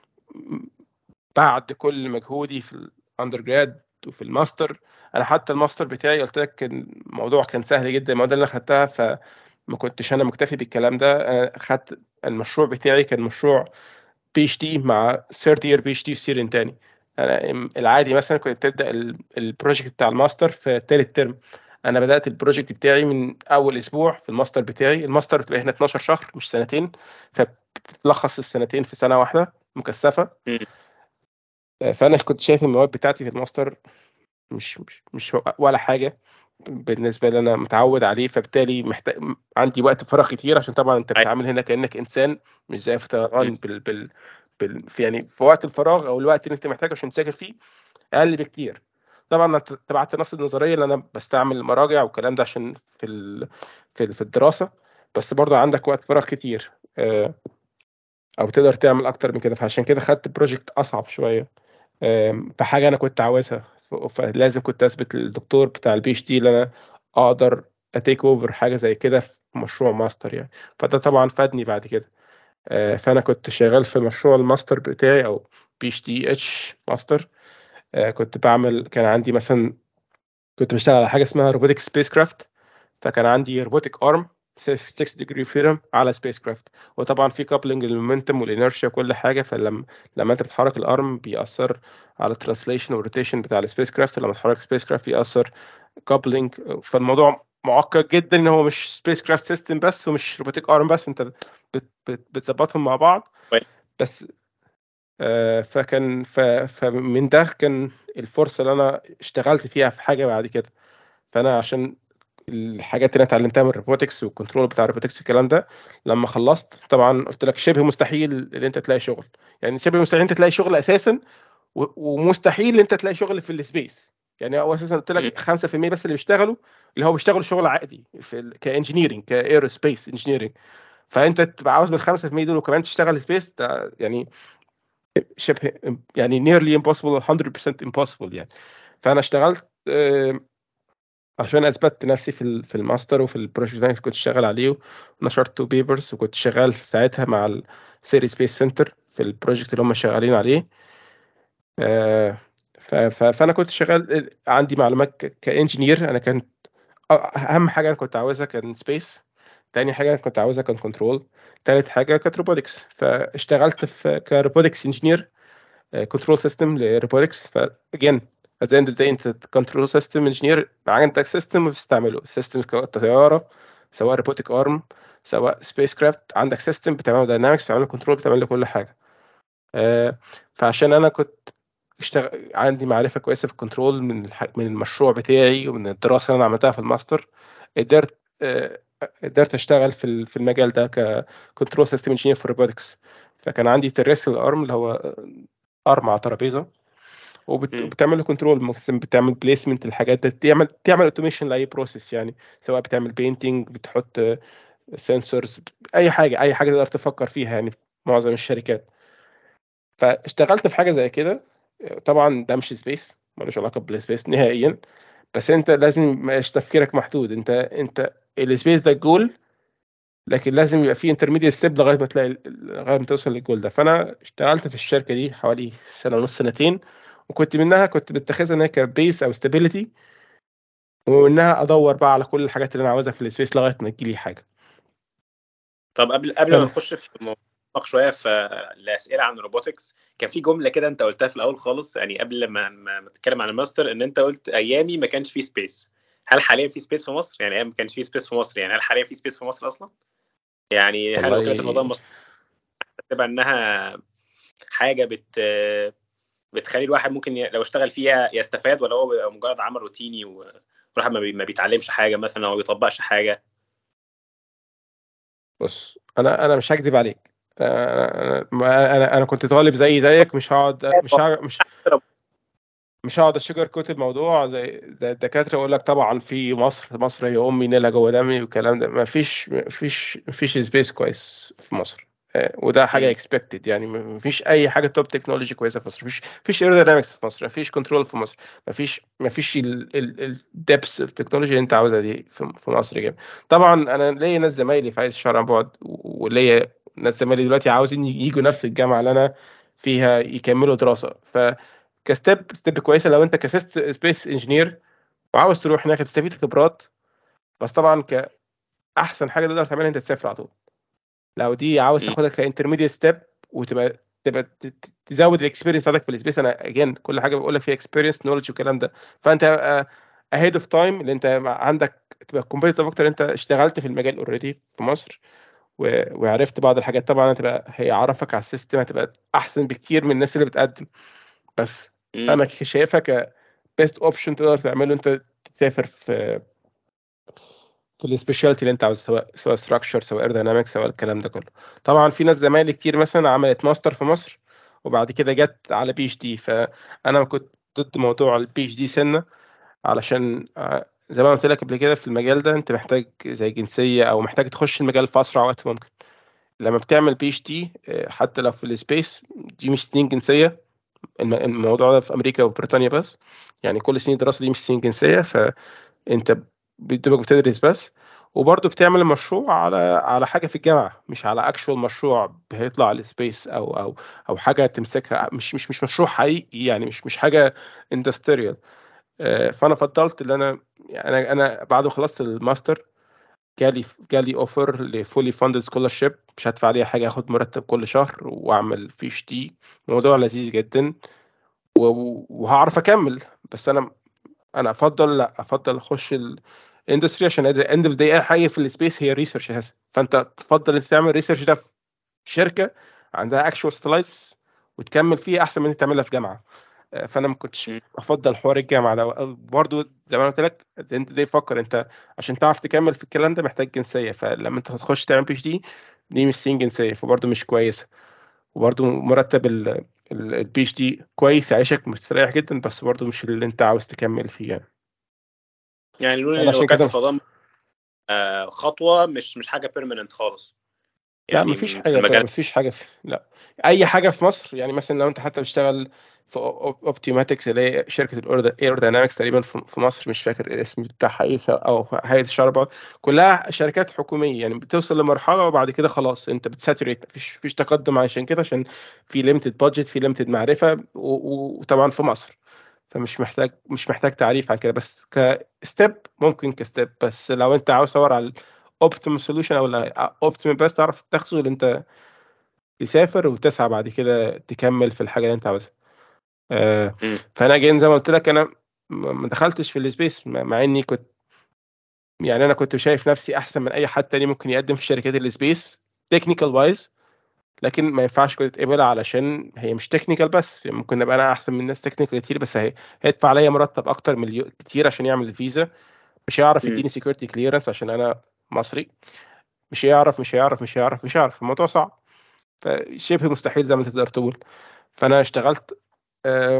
بعد كل مجهودي في الاندر جراد وفي الماستر، انا حتى الماستر بتاعي قلت لك كان الموضوع كان سهل جدا. المواد اللي انا خدتها فما كنتش انا مكتفي بالكلام ده. أنا خدت المشروع بتاعي كان مشروع بي اتش دي مع ثيرد يير بي اتش دي ستودنت تاني. انا العادي مثلا كنت بتبدا ال- البروجكت بتاع الماستر في ثالث ترم، انا بدات البروجكت بتاعي من اول اسبوع في الماستر بتاعي. الماستر بتبقى هنا اتناشر شهر مش سنتين، فبتلخص السنتين في سنه واحده مكثفه. مم. فانا كنت شايف المواد بتاعتي في الماستر مش مش مش ولا حاجه بالنسبه لي انا متعود عليه، فبالتالي محتاج عندي وقت فراغ كتير، عشان طبعا انت أي. بتتعامل هنا كانك انسان مش زي في مم. طيران بال بال بال في يعني في وقت الفراغ او الوقت اللي انت محتاجه عشان تذاكر فيه اقل بكتير. طبعا انا تبعت نفس النظريه اللي انا بستعمل مراجع والكلام ده عشان في ال في ال- في الدراسه، بس برضه عندك وقت فراغ كتير، آه، او تقدر تعمل اكتر من كده. فعشان كده خدت بروجكت اصعب شويه، آم، بحاجه انا كنت عاوزها. ف- فلازم كنت اثبت للدكتور بتاع البي اتش دي ان انا اقدر اتيك اوفر حاجه زي كده في مشروع ماستر يعني. فده طبعا فادني بعد كده. آه، فانا كنت شغال في مشروع الماستر بتاعي او بي اتش دي اتش ماستر. آه، كنت بعمل كان عندي مثلا كنت بشتغل على حاجه اسمها روبوتك سبيس كرافت. فكان عندي روبوتك ارم ستة ديجري فريدم على سبيس كرافت، وطبعا في كابلنج للمومنتم والانرشيا وكل حاجه. فلما لما انت بتحرك الارم بيأثر على الترانسليشن والروتيشن بتاع السبيس كرافت، لما تحرك سبيس كرافت بيأثر كابلنج. فالموضوع معقد جدا، ان هو مش سبيس كرافت سيستم بس ومش روبوتك ارم بس، انت بت- بت- بتظبطهم مع بعض كويس. بس. آه، فكان ف- فمن ده كان الفرصه اللي انا اشتغلت فيها في حاجه بعد كده. فانا عشان الحاجات اللي انا اتعلمتها من الروبوتكس والكنترول بتاع الروبوتكس الكلام ده، لما خلصت طبعا قلت لك شبه مستحيل ان انت تلاقي شغل. يعني شبه مستحيل انت تلاقي شغل اساسا، و- ومستحيل انت تلاقي شغل في السبيس. يعني هو اساسا قلت مم. لك خمسة في المية بس اللي بيشتغلوا، اللي هو بيشتغلوا شغل عادي في ال... كانجينيرنج كايروسبيس انجينيرنج. فانت تبقى عاوز من خمسة في المية دول وكمان تشتغل سبيس، ده يعني شبه يعني nearly impossible مية بالمية impossible يعني. فانا اشتغلت آه، عشان اثبتت نفسي في ال- في الماستر وفي البروجكت اللي أنا كنت شغال عليه، ونشرت تو بيبرز، وكنت شغال ساعتها مع السيري سبيس سنتر في البروجكت اللي هم شغالين عليه. آه، ف- ف- فانا كنت شغال عندي معلومات ك- كانجينير. انا كان اهم حاجه انا كنت عاوزها كان سبيس، تاني حاجه كنت عاوزها كان كنترول، تالت حاجه كانت روبوتكس. فاشتغلت في كروبوتكس انجينير كنترول سيستم لروبوتكس. فاجين at the end of the day انت كنترول سيستم انجينير، عندك سيستم بتستعمله، سيستم طياره سواء روبوتك ارم سواء سبيس كرافت، عندك سيستم بتعمله داينامكس، بتعمله كنترول، بتعمله كل حاجه. آه، فعشان انا كنت اشتغل عندي معرفه كويسه في الكنترول من الح... من المشروع بتاعي ومن الدراسه اللي انا عملتها في الماستر، قدرت آه، قدرت اشتغل في ال- في المجال ده ككنترول سيستم انجينير في الروبوتكس. فكان عندي تريسل ارم اللي هو ارم على ترابيزه، وبت- مم. وبتعمل له كنترول، ممكن بتعمل بليسمنت الحاجات دي، تعمل تعمل اوتوميشن لاي بروسيس يعني، سواء بتعمل بينتنج، بتحط سنسورز، اي حاجه اي حاجه تقدر تفكر فيها يعني معظم الشركات. فاشتغلت في حاجه زي كده. طبعا ده مش سبيس، ملوش علاقه بالسبيس نهائيا، بس انت لازم مش تفكيرك محدود. انت انت السبيس ده الجول، لكن لازم يبقى في انترميديت ستيب لغايه ما تلاقي لغايه ما توصل للجول ده. فانا اشتغلت في الشركه دي حوالي سنه ونص سنتين، وكنت منها كنت بتخذها ان هي كبيس او ستابيليتي، ومنها ادور بقى على كل الحاجات اللي انا عاوزها في السبيس لغايه ما تجيلي حاجه. طب قبل قبل ما كم نخش في موضوع شويه في الاسئله عن الروبوتكس، كان في جمله كده انت قلتها في الاول خالص، يعني قبل ما ما ما تتكلم عن الماستر، ان انت قلت ايامي ما كانش في سبيس. هل حاليا في سبيس في مصر؟ يعني ايام ما كانش في سبيس في مصر، يعني هل حاليا في سبيس في مصر اصلا؟ يعني هل وكاله الفضاء والله المصريه تبقى انها حاجه بت بتخلي الواحد ممكن ي- لو اشتغل فيها يستفاد، ولا هو بيبقى مجرد عمل روتيني والواحد ما, بي... ما بيتعلمش حاجه مثلا او ما بيطبقش حاجه؟ بص، انا انا مش هكذب عليك. انا انا انا أنا كنت طالب زي زيك، مش هقعد مش هقعد مش مش هقعد اشجر كوت الموضوع زي زي الدكاتره يقول لك طبعا في مصر مصر هي امي نيلها جوه دمي والكلام ده. ما فيش ما فيش ما فيش سبيس كويس في مصر، آه، وده حاجه مم. اكسبكتد يعني. ما فيش اي حاجه توب تكنولوجي كويسه في مصر، ما فيش ما فيش ايروداينامكس في مصر، ما فيش كنترول في مصر، ما فيش ما فيش الدبس في التكنولوجيا اللي انت عاوزها دي في في مصر جامد. طبعا انا ليا ناس زمايلي في عايز الشرق عن بعد، وليا ناس زمايلي دلوقتي عاوزين يجوا نفس الجامعه اللي انا فيها يكملوا دراسه. ف كستيب ستيب كويسه لو انت كسيست سبيس انجينير وعاوز تروح هناك تستفيد خبرات. بس طبعا كاحسن حاجه تقدر تعملها انت تسافر على طول. لو دي عاوز مم. تاخدها كانترميديت ستيب وتبقى تبقى ت- ت- تزود الاكسبيرينس بتاعتك في السبيس. انا اجين كل حاجه بقول لك فيها اكسبيرينس نولج والكلام ده. فانت ahead of time اللي انت عندك تبقى competitive اكتر، انت اشتغلت في المجال اوريدي في مصر وعرفت بعض الحاجات، طبعا هتبقى هيعرفك على السيستم، هتبقى احسن بكتير من الناس اللي بتقدم. بس مم. انا شايفها ك best option تقدر تعمله، انت تسافر في في السبيشاليتي اللي انت عاوز، سواء سواء ستراكشر، سواء ايروداينامكس، سواء الكلام ده كله. طبعا في ناس زمايلي كتير مثلا عملت ماستر في مصر وبعد كده جت على بي اتش دي، فانا كنت ضد موضوع البي اتش دي سنه، علشان آه، زي ما قلت لك قبل كده في المجال ده انت محتاج زي جنسيه، او محتاج تخش المجال في اسرع وقت ممكن. لما بتعمل بي اتش دي حتى لو في السبيس، دي مش سنين جنسيه. الم- الموضوع ده في امريكا وبريطانيا بس، يعني كل سنين دراسه دي مش سنين جنسيه، فانت بتبقى بتدرس بس. وبرضه بتعمل مشروع على على حاجه في الجامعه، مش على اكشوال مشروع هيطلع على السبيس، او او او حاجه تمسكها، مش مش مش مشروع حقيقي، يعني مش مش حاجه اندستريال. فانا فضلت ان انا يعني انا انا بعد ما خلصت الماستر جالي جالي اوفر لفولي فاندد سكولارشيب، مش هدفع عليها حاجه، هاخد مرتب كل شهر واعمل فيش دي. موضوع لذيذ جدا و- وهعرف اكمل. بس انا انا افضل لا افضل اخش الاندستري، عشان اند اوف داي اي حاجه في السبيس هي ريسيرش اساسا، فانت تفضل انت تعمل ريسيرش ده في شركه عندها اكشوال ستلايس وتكمل فيه احسن من انت تعملها في جامعه. آه، فانا ما كنتش مم. افضل حوار الجامعه ده برضه. زي ما قلت لك انت دي فكر انت عشان تعرف تكمل في الكلام ده محتاج جنسيه، فلما انت هتخش تعمل بي اتش دي دي مش سين جنسيه، فبرضه مش كويسه. وبرضه مرتب البي اتش دي كويس، يعيشك مستريح جدا، بس برضه مش اللي انت عاوز تكمل فيه يعني. يعني لون انا ان عشان وكاله كده الفضاء آه، خطوه مش مش حاجه بيرمننت خالص لا، يعني مفيش م- في حاجه بقى، المجال. مفيش حاجه في لا اي حاجه في مصر. يعني مثلا لو انت حتى بتشتغل في اوبتيماتكس اللي هي شركه الايروداينامكس تقريبا في في مصر، مش فاكر الاسم بتاعها ايه، او هيئه الشرب، كلها شركات حكوميه. يعني بتوصل لمرحله وبعد كده خلاص انت بتساتوريت، مفيش مفيش تقدم، عشان كده عشان في ليميتد بادجت، في ليميتد معرفه، و- و- وطبعا في مصر، فمش محتاج مش محتاج تعريف عن كده. بس كستيب ممكن كستيب، بس لو انت عاوز تدور على اوبتيمال سوليوشن او اوبتيمال بس تعرف تاخده، اللي انت تسافر وتسعى بعد كده تكمل في الحاجه اللي انت عاوزها. آه، مم. فانا جاي زي ما قلت لك، انا ما ما دخلتش في السبيس مع مع اني كنت، يعني انا كنت شايف نفسي احسن من اي حد تاني ممكن يقدم في شركات السبيس تكنيكال وايز، لكن ما ينفعش كنت اتقبل علشان هي مش تكنيكال بس. يعني ممكن ابقى انا احسن من ناس تكنيكال كتير، بس هي هيدفع عليا مرتب اكتر مليون كتير عشان يعمل الفيزا، مش هيعرف مم. يديني سيكورتي كليرنس عشان انا مصري، مش هيعرف مش هيعرف مش هيعرف مش هيعرف الموضوع صعب، فشبه مستحيل زي ما انت تقدر تقول. فانا اشتغلت آه،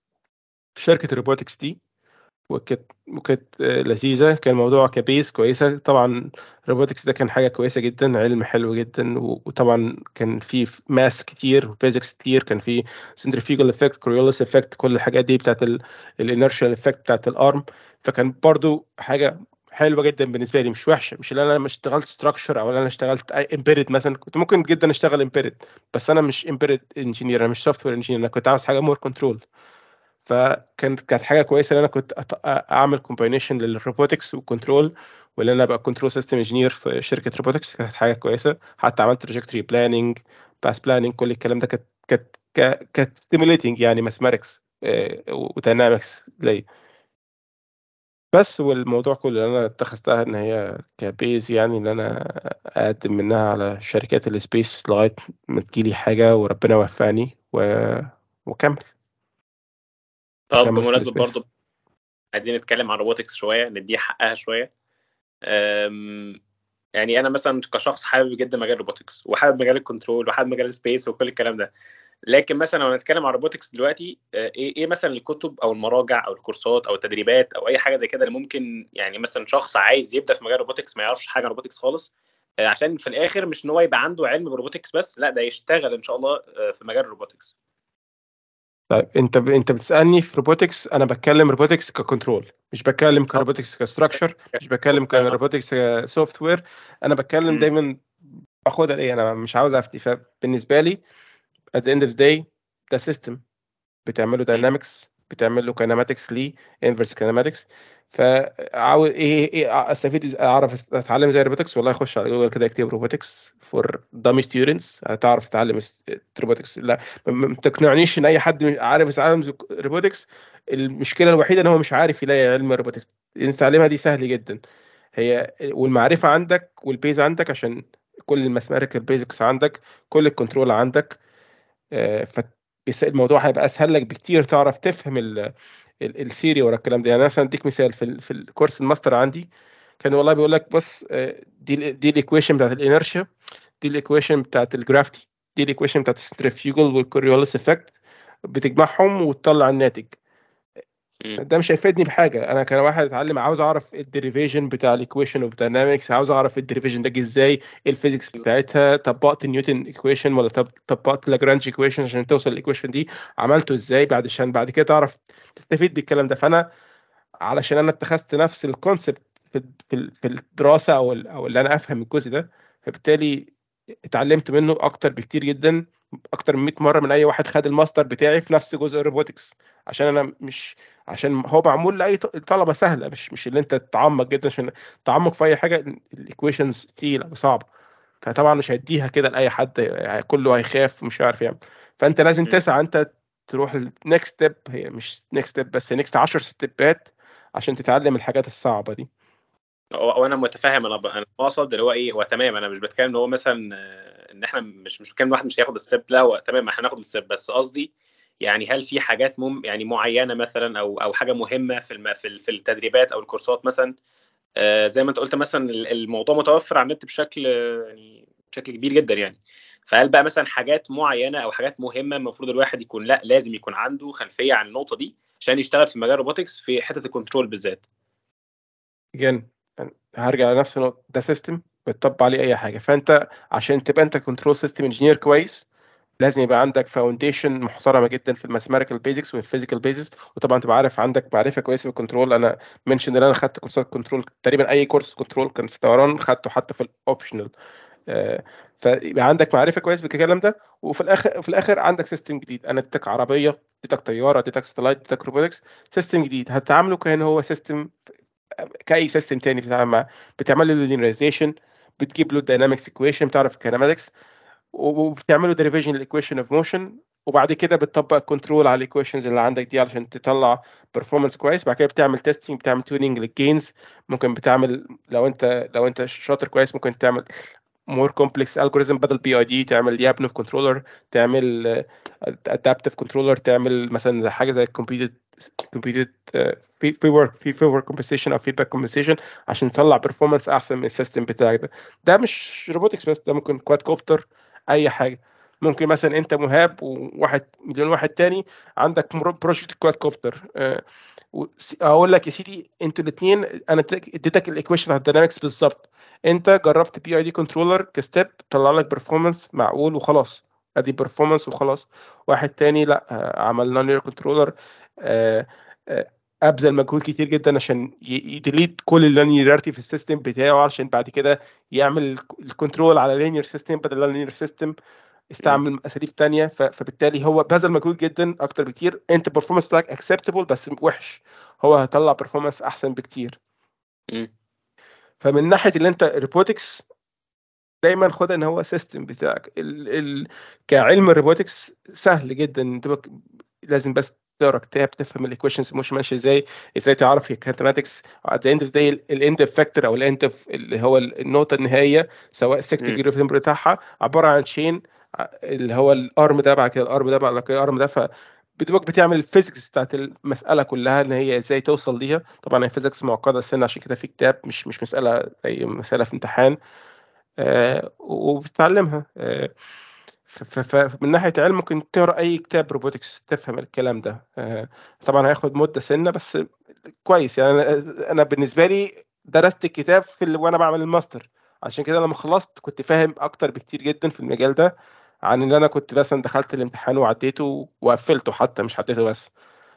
في شركه الروبوتكس دي، وكانت وكانت آه، لذيذه، كان الموضوع كبيس كويسه. طبعا الروبوتكس ده كان حاجه كويسه جدا، علم حلو جدا، و- وطبعا كان في ماس كتير وفيزيكس كتير، كان في سنترفيوجال افكت، كوريوليس افكت، كل الحاجات دي بتاعت الانرشال افكت بتاعت الارم. فكان برضو حاجه حلوه جدا بالنسبه لي، مش وحشه. مش اللي انا مش اشتغلت ستراكشر او اللي انا اشتغلت امبيرد مثلا، كنت ممكن جدا اشتغل امبيرد، بس انا مش امبيرد انجينير، انا مش سوفت وير انجينير، انا كنت عاوز حاجه مور كنترول. فكانت كانت حاجه كويسه ان انا كنت أط- اعمل كومباينيشن للروبوتكس والكنترول، وان انا ابقى كنترول سيستم انجينير في شركه روبوتكس، كانت حاجه كويسه. حتى عملت تراجكتوري بلاننج، باس بلاننج، كل الكلام ده كانت كانت ك- كانت ستيميوليتنج يعني ماثماتكس وداينامكس ليا. بس والموضوع كله اللي انا اتخذتها ان هي كبيز، يعني ان انا اقدم منها على شركات السبيس لغايه ما تجيلي حاجه وربنا وفقني و... وكمل طب اكمل في بمناسبه السبيس. برضو عايزين نتكلم عن روبوتكس شويه، نديها حقها شويه. أم، يعني انا مثلا كشخص حابب جدا مجال الروبوتكس، وحابب مجال الكنترول، وحابب مجال السبيس وكل الكلام ده. لكن مثلا لو هنتكلم عن روبوتكس دلوقتي، آه، ايه ايه مثلا الكتب او المراجع او الكورسات او التدريبات او اي حاجه زي كده اللي ممكن يعني مثلا شخص عايز يبدا في مجال الروبوتكس ما يعرفش حاجه عن الروبوتكس خالص، آه، عشان في الاخر مش ان هو يبقى عنده علم بالروبوتكس بس، لا ده يشتغل ان شاء الله آه، في مجال الروبوتكس. طيب انت ب... انت بتسالني في روبوتكس، انا بتكلم روبوتكس ككنترول، مش بتكلم اه كروبوتكس كستراكشر، مش بتكلم فاهم. كروبوتكس كسوفت وير. انا بتكلم مم. دايما باخدها ايه، انا مش عاوز افتي. فبالنسبه لي at the end of the day ده سيستم بتعمله مم. داينامكس، بتعمل له كينماتكس ليه انفرس كينماتكس. فعاوز ايه ايه استفيد إز- اعرف اتعلم زي روبوتكس، والله اخش على جوجل كده اكتب روبوتكس فور دامي ستودنتس هتعرف تتعلم روبوتكس. لا ما ما تقنعنيش ان اي حد مش عارف يتعلم روبوتكس. المشكله الوحيده ان هو مش عارف يلاقي علم الروبوتكس. ان تعلمها دي سهل جدا، هي والمعرفه عندك والبيز عندك، عشان كل المسمارك البيزكس عندك، كل الكنترول عندك. آه، ف بس الموضوع هيبقى اسهل لك بكتير تعرف تفهم ال- ال- السيري ورا الكلام ده. يعني مثلا اديك مثال في ال- في الكورس الماستر عندي، كان والله بيقول لك بص، آه، دي ال دي الايكويشن بتاعت الانرشيا، دي الايكويشن بتاعت الجرافيتي، دي الايكويشن بتاعت السنترفيوجل والكوريوليس افكت، بتجمعهم وتطلع الناتج. مم. ده مش هيفيدني بحاجه. انا كان واحد اتعلم عاوز اعرف الديريفيشن بتاع الايكويشن اوف داينامكس، عاوز اعرف الديريفيشن ده جه ازاي، ايه الفيزيكس بتاعتها، طبقت نيوتن ايكويشن ولا طب- طبقت لاجرانج ايكويشن عشان توصل الايكويشن دي، عملته ازاي بعد، عشان بعد كده تعرف تستفيد بالكلام ده. فانا علشان انا اتخذت نفس الكونسبت في في في الدراسه، او ال- او اللي انا افهم الجزء ده، فبالتالي اتعلمت منه اكتر بكتير جدا، اكتر من مية مره من اي واحد خد الماستر بتاعي في نفس جزء الروبوتكس. عشان انا مش عشان هو معمول لاي ط- طلبه سهله، مش مش اللي انت تتعمق جدا، عشان التعمق في اي حاجه الايكويشنز تقيله وصعبه. فطبعا مش هيديها كده لاي حد، يعني كله هيخاف ومش هيعرف يعمل. فانت لازم مم. تسعى انت تروح النكست ستيب، هي مش نكست ستيب بس، نكست عشر ستيبات عشان تتعلم الحاجات الصعبه دي. هو هو انا متفاهم، انا ب- انا اقصد اللي هو ايه، هو تمام، انا مش بتكلم ان هو مثلا آه، ان احنا مش مش بتكلم واحد مش هياخد الستيب، لا هو تمام احنا هناخد الستيب، بس قصدي يعني هل في حاجات مم يعني معينه مثلا، او او حاجه مهمه في الم في ال- في التدريبات او الكورسات مثلا، آه، زي ما انت قلت مثلا ال- الموضوع متوفر على النت بشكل آه، يعني بشكل كبير جدا يعني. فهل بقى مثلا حاجات معينه او حاجات مهمه المفروض الواحد يكون، لا لازم يكون عنده خلفيه عن النقطه دي عشان يشتغل في مجال الروبوتكس في حته الكنترول بالذات؟ again هرجع لنفس النقطه، ده سيستم بتطبق عليه اي حاجه. فانت عشان تبقى انت كنترول سيستم انجينير كويس، لازم يبقى عندك فاونديشن محترمه جدا في الماثيماتيكال بيزكس والفيزيكال بيزكس، وطبعا تبقى عارف عندك معرفه كويسه بالكنترول. انا منشن ان انا خدت كورسات كنترول تقريبا، اي كورس كنترول كان في طيران خدته حتى في الاوبشنال. آه، فيبقى عندك معرفه كويس بالكلام ده. وفي الاخر في الاخر عندك سيستم جديد، انا اديتك عربيه، اديتك طياره، اديتك ساتلايت، اديتك روبوتكس، سيستم جديد هتعامله كان هو سيستم كاي سيستم تاني بتتعامل معاه. بتعمل له لينيرايزيشن، بتجيب له الداينامكس ايكويشن، بتعرف الكينماتكس، وبتعملوا ديريفيشن للايكويشن اوف موشن، وبعد كده بتطبق كنترول على الايكويشنز اللي عندك دي علشان تطلع performance كويس. بعد كده بتعمل تيستنج، بتعمل تيوننج للجينز، ممكن بتعمل لو انت لو انت شاطر كويس ممكن تعمل مور كومبلكس الجوريزم بدل بي اي دي، تعمل يابنوف كنترولر، تعمل ادابتيف كنترولر، تعمل مثلا زي حاجه زي الكمبيوتد كمبيوتد في في ورك في في ورك كومبنسيشن او فيدباك كومبنسيشن عشان تطلع performance احسن من السيستم بتاعك ده. ده مش روبوتكس بس، ده ممكن كواد كوبتر، اي حاجه. ممكن مثلا انت مهاب وواحد مليون واحد تاني عندك بروجكت كواد كوبتر، آه، اقول لك يا سيدي انتوا الاثنين، انا اديتك الايكويشن بتاع الداينامكس بالظبط، انت جربت بي اي دي كنترولر كستيب طلع لك برفورمانس معقول وخلاص، ادي برفورمانس وخلاص. واحد تاني لا، آه، عمل نون كنترولر، ابذل مجهود كتير جدا عشان يديليت كل اللينيرتي في السيستم بتاعه عشان بعد كده يعمل الكنترول على لينير سيستم بدل لينير سيستم، مم. استعمل اساليب تانية. ف- فبالتالي هو بذل مجهود جدا اكتر بكتير، انت البرفورمانس بتاعك اكسبتبل بس وحش، هو هيطلع برفورمانس احسن بكتير. مم. فمن ناحيه اللي انت روبوتكس، دايما خد ان هو سيستم بتاعك ال ال كعلم الروبوتكس سهل جدا. انت بك- لازم بس تقرا كتاب تفهم الايكويشنز مش ماشيه ازاي، ازاي تعرف الكاتماتكس at the end of the day الاند افكتور او الاند اللي هو النقطه النهائيه، سواء ستين مم. ديجري فريم بتاعها عباره عن تشين، اللي هو الارم ده بعد كده الارم ده بعد كده الارم ده. ف بتبقى بتعمل الفيزيكس بتاعت المساله كلها ان هي ازاي توصل ليها. طبعا هي فيزيكس معقده سنه، عشان كده في كتاب، مش مش مساله زي مساله في امتحان. آه، وبتتعلمها. آه، ف- ف- فمن ناحية علم ممكن تقرا أي كتاب روبوتكس تفهم الكلام ده. آه، طبعا هياخد مدة سنة بس كويس. يعني أنا أنا بالنسبة لي درست الكتاب في ال- وأنا بعمل الماستر، عشان كده لما خلصت كنت فاهم أكتر بكتير جدا في المجال ده عن اللي أنا كنت مثلا دخلت الامتحان وعديته وقفلته، حتى مش عديته بس.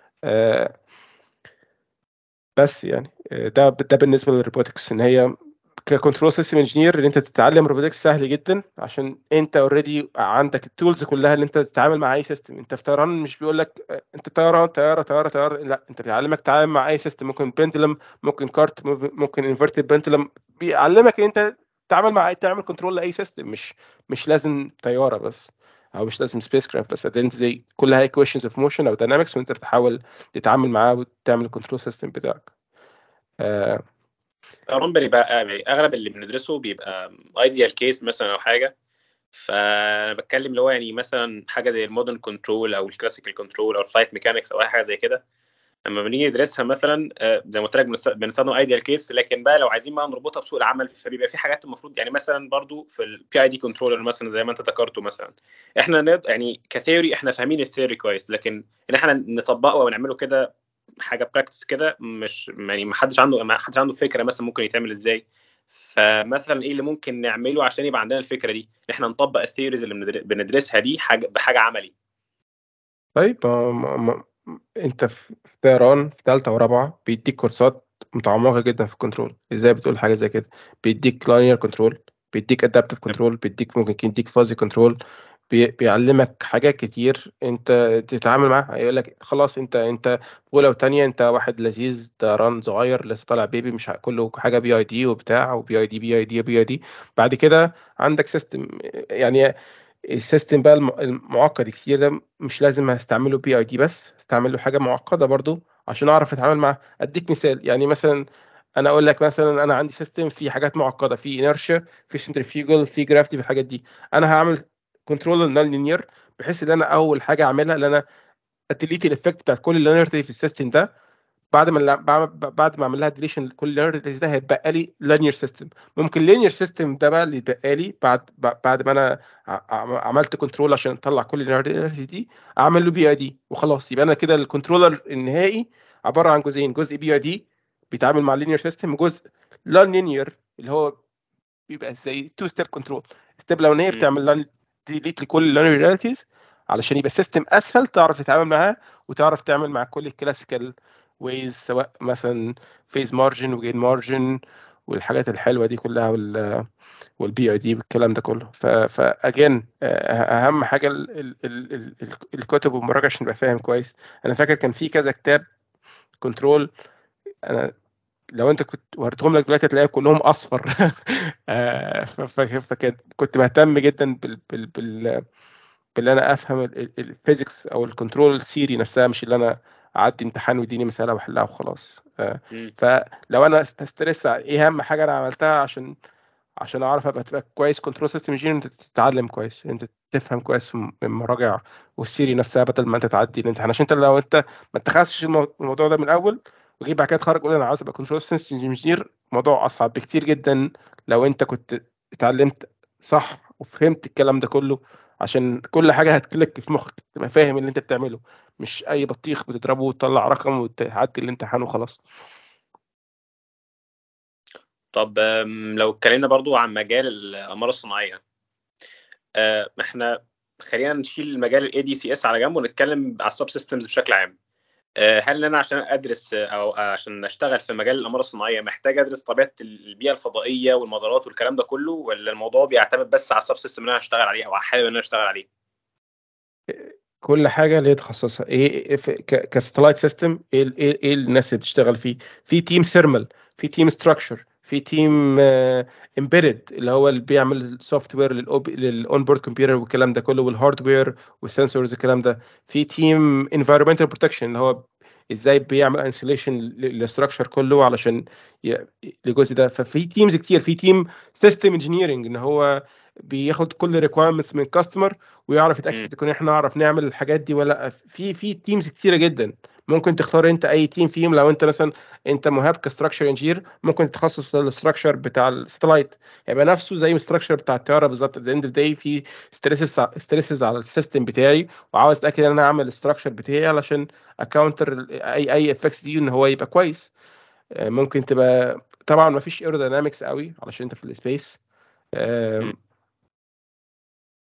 آه، بس يعني آه، ده ده بالنسبة للروبوتكس، إن هي ككنترول سيستم انجينير ان انت تتعلم روبوتكس سهل جدا، عشان انت اوريدي عندك التولز كلها اللي انت تتعامل مع اي سيستم. انت في طيران مش بيقول لك آه، انت طياره طياره طياره طياره، لا، انت بيعلمك تتعامل مع اي سيستم، ممكن بندلم، ممكن كارت، ممكن انفرتد بندلم، بيعلمك ان انت تتعامل مع اي، تعمل كنترول لاي سيستم، مش مش لازم طياره بس، او مش لازم سبيس كرافت بس. انت زي كلها ايكويشنز اوف موشن او داينامكس، وانت بتحاول تتعامل معاها وتعمل الكنترول سيستم بتاعك. آه، طبعا بيبقى اغلب اللي بندرسه بيبقى ايديال كيس مثلا او حاجه. فانا بتكلم اللي هو يعني مثلا حاجه زي المودرن كنترول او الكلاسيكال كنترول او الفلايت ميكانكس او اي حاجه زي كده. لما بنيجي ندرسها مثلا آه، زي ما قلت لك بنست- بنستخدم ايديال كيس، لكن بقى لو عايزين بقى نربطها بسوق العمل فبيبقى في حاجات المفروض يعني مثلا برضو في البي اي دي كنترولر مثلا زي ما انت ذكرته مثلا. احنا نقد- يعني كثيوري احنا فاهمين الثيوري كويس، لكن ان احنا نطبقه او نعمله كده حاجه براكتس كده مش يعني ما حدش عنده ما حدش عنده فكره مثلا ممكن يتعمل ازاي. فمثلا ايه اللي ممكن نعمله عشان يبقى عندنا الفكره دي ان احنا نطبق الثيوريز اللي بندر- بندرسها دي حاجه بحاجه عملي. طيب ما ما ما انت في في طيران في ثالثه ورابعه بيديك كورسات متعمقه جدا في الكنترول. ازاي بتقول حاجه زي كده؟ بيديك لاينير كنترول، بيديك ادابتيف كنترول، بيديك ممكن يديك فازي كنترول، بي بيعلمك حاجات كتير انت تتعامل معاها. يقول لك خلاص انت انت في اولى وثانيه انت واحد لذيذ طيران صغير لسه طالع بيبي، مش ه- كله حاجه بي اي دي وبتاع، وبي اي دي بي اي دي بي اي دي. بعد كده عندك سيستم، يعني السيستم بقى الم- المعقد كتير ده مش لازم هستعمله بي اي دي بس، استعمله حاجه معقده برضو عشان اعرف اتعامل معاه. اديك مثال، يعني مثلا انا اقول لك مثلا انا عندي سيستم فيه حاجات معقده، في انرشيا، في سنترفيوجل، في جرافيتي، في الحاجات دي. انا هعمل كنترول نون لينير، بحيث ان انا اول حاجه اعملها ان انا اديليت الايفكت بتاعت كل اللينيرتي في السيستم ده. بعد ما بعد ما اعمل لها ديليشن لكل لينير ده هيتبقى لي لينير سيستم. ممكن لينير سيستم ده بقى اللي يتبقى لي بعد بعد ما انا ع- عملت كنترول عشان اطلع كل لينير دي، اعمل له بي اي دي وخلاص. يبقى انا كده الكنترولر النهائي عباره عن جزئين: جزء بي اي دي بيتعامل مع لينير سيستم، جزء لان لينير اللي هو بيبقى زي تو ستيب كنترول. ستيب الاولانيه م- بتعمل لان ديليت لكل اللينير رياليتيز علشان يبقى السيستم اسهل تعرف تتعامل معاه، وتعرف تعمل مع كل الكلاسيكال ويز، سواء مثلا فيز مارجن وجين مارجن والحاجات الحلوه دي كلها، وال والبي اي دي والكلام ده كله. فاجين اهم حاجه ال ال ال ال الكتب والمراجعه عشان نبقى فاهم كويس. انا فاكر كان في كذا كتاب كنترول، انا لو انت كنت وريتهم لك دلوقتي هتلاقيهم كلهم اصفر. آه، ف- ف- فكنت كنت مهتم جدا بال بال بال باللي انا افهم الفيزيكس او الكنترول ثيوري نفسها، مش اللي انا اعدي امتحان ويديني مساله واحلها وخلاص. آه، م. فلو انا استرس على ايه اهم حاجه انا عملتها عشان عشان اعرف ابقى تبقى كويس كنترول سيستم انجينير، انت تتعلم كويس، انت تفهم كويس من المراجع والسيري نفسها بدل ما انت تعدي الامتحان. عشان انت لو انت ما اتخذتش المو- الموضوع ده من الاول وجيت بعد كده تخرج تقول انا عاوز ابقى كنترول سيستم انجينير، الموضوع اصعب بكتير جدا لو انت كنت اتعلمت صح وفهمت الكلام ده كله. عشان كل حاجه هتكلك في مخك تبقى فاهم اللي انت بتعمله، مش اي بطيخ بتضربه وتطلع رقم وتعدي الامتحان وخلاص. طب آم، لو اتكلمنا برضو عن مجال الاقمار الصناعيه، آه، احنا خلينا نشيل مجال الاي دي سي اس على جنب ونتكلم على السب سيستمز بشكل عام. آه، هل انا عشان ادرس آه، او عشان اشتغل في مجال الاقمار الصناعيه محتاج ادرس طبيعه البيئه الفضائيه والمدارات والكلام ده كله، ولا الموضوع بيعتمد بس على السب سيستم اللي انا هشتغل عليه او حابب ان انا اشتغل عليه؟ كل حاجه ليها تخصصها. ايه كستلايت سيستم، ايه ال- ايه إيه الناس اللي بتشتغل فيه؟ في تيم ثيرمال، في تيم ستراكشر، في تيم امبيدد اللي هو اللي بيعمل سوفت وير للاون بورد كمبيوتر والكلام ده كله، والهاردوير والسنسورز الكلام ده. في تيم انفايرمنتال بروتكشن اللي هو ازاي بيعمل انسوليشن للستراكشر كله علشان ي- الجزء ده. ففي تيمز كتير. في تيم سيستم انجينيرنج ان هو بياخد كل ريكويرمنتس من كاستمر ويعرف مم. يتاكد ان احنا نعرف نعمل الحاجات دي ولا لا. في في تيمز كتيره جدا، ممكن تختار انت اي تيم فيهم. لو انت مثلا انت مهاب كستراكشر انجير ممكن تتخصص في الاستراكشر بتاع الستلايت، يبقى نفسه زي الاستراكشر بتاع الطياره بالظبط. ات اند اوف داي في ستريسز ستريسز على السيستم بتاعي، وعاوز اتاكد ان انا اعمل الاستراكشر بتاعي علشان اكاونتر اي اي افكتس دي ان هو يبقى كويس. آه، ممكن تبقى طبعا ما فيش ايروداينامكس قوي علشان انت في السبيس. مم.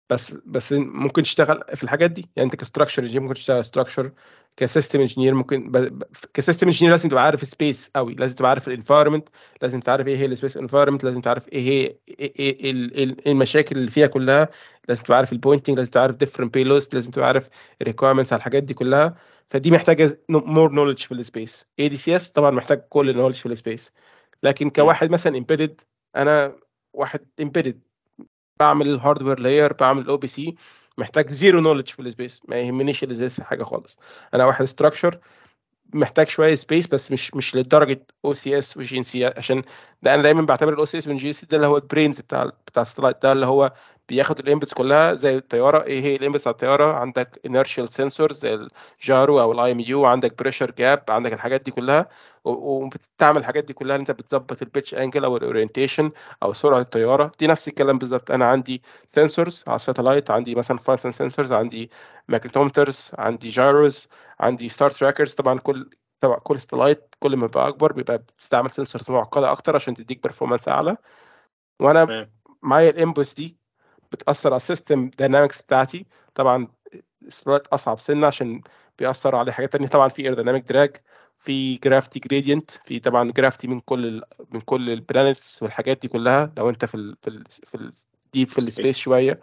بس بس ممكن تشتغل في الحاجات دي. يعني انت كستراكشر انجينير ممكن تشتغل ستراكشر، كسيستم انجينير ممكن ب... ب... كسيستم انجينير لازم تبقى عارف سبيس قوي، لازم تبقى عارف الانفايرمنت، لازم تعرف ايه هي السبيس انفايرمنت، لازم تعرف ايه هي ايه ايه ال- ال- المشاكل اللي فيها كلها، لازم تبقى عارف البوينتنج، لازم تبقى عارف ديفرنت بيلوز، لازم تبقى عارف الريكويرمنتس على الحاجات دي كلها. فدي محتاجه مور نولج في السبيس. اي دي سي اس طبعا محتاج كل النولج في السبيس. لكن مم. كواحد مثلا امبيدد، انا واحد امبيدد بعمل الهاردوير لاير، بعمل الاو بي سي، محتاج زيرو نولج في السبيس، ما يهمنيش السبيس في حاجه خالص. انا واحد ستراكشر محتاج شويه سبيس، بس مش مش لدرجه او سي اس وجي ان سي، عشان ده انا دايما بعتبر الاو سي اس والجي ان سي ده اللي هو البرينز بتاع بتاع السلايد، ده اللي هو بياخد الانبوتس كلها زي الطياره. ايه هي الانبوتس على الطياره؟ عندك انيرشال سنسورز زي الجارو او الاي ام يو، عندك بريشر جاب، عندك الحاجات دي كلها، و- وبتعمل الحاجات دي كلها. انت بتظبط البيتش انجل او الاورينتيشن او سرعه الطياره دي. نفس الكلام بالظبط. انا عندي سنسورز على الساتلايت، عندي مثلا فانكشن سنسورز، عندي ماجنتومترز، عندي جايروز، عندي ستار تراكرز. طبعا كل طبعا كل ستلايت كل ما بيبقى اكبر بيبقى بتستعمل سنسورز معقده اكتر عشان تديك برفورمانس اعلى. وانا تمام. معايا الانبوتس دي بتاثر على السيستم داينامكس بتاعتي. طبعا الستلايت اصعب سنه عشان بيأثر على حاجات تانية. طبعا في ايروديناميك دراج، في جرافتي جريدينت، في طبعا جرافتي من كل ال من كل البلانيتس والحاجات دي كلها لو انت في ال في ال في ال دي في سبيس. السبيس شويه.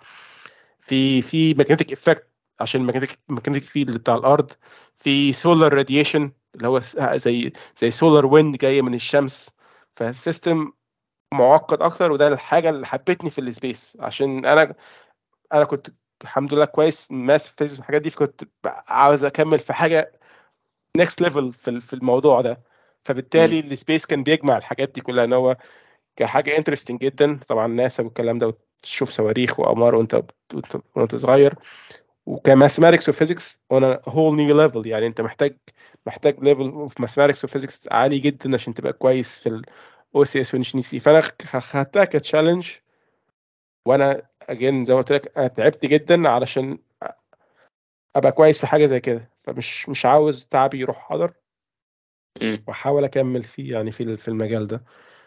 في في ماجنتيك افكت عشان الماجنتيك ماجنتيك فيلد بتاع الارض. في سولار راديشن اللي هو س- زي زي سولار ويند جايه من الشمس. فالسيستم معقد اكتر، وده الحاجه اللي حبتني في السبيس، عشان انا انا كنت الحمد لله كويس في ماس فيزيكس والحاجات دي، فكنت عاوز اكمل في حاجه نيكست ليفل في في الموضوع ده. مم. فبالتالي السبيس كان بيجمع الحاجات دي كلها، ان هو كحاجه انترستنج جدا. طبعا ناسا والكلام ده، وتشوف صواريخ واقمار وانت وانت وانت صغير. وكماثماتكس وفيزيكس انا هول نيو ليفل. يعني انت محتاج محتاج ليفل اوف ماثماتكس وفيزيكس عالي جدا عشان تبقى كويس في الاو سي اس والجي سي. فانا خدتها كتشالنج، وانا اجين زي ما قلت لك انا تعبت جدا علشان ابقى كويس في حاجه زي كده. فمش مش عاوز تعبي يروح حضر، مم. واحاول اكمل فيه يعني في في المجال ده.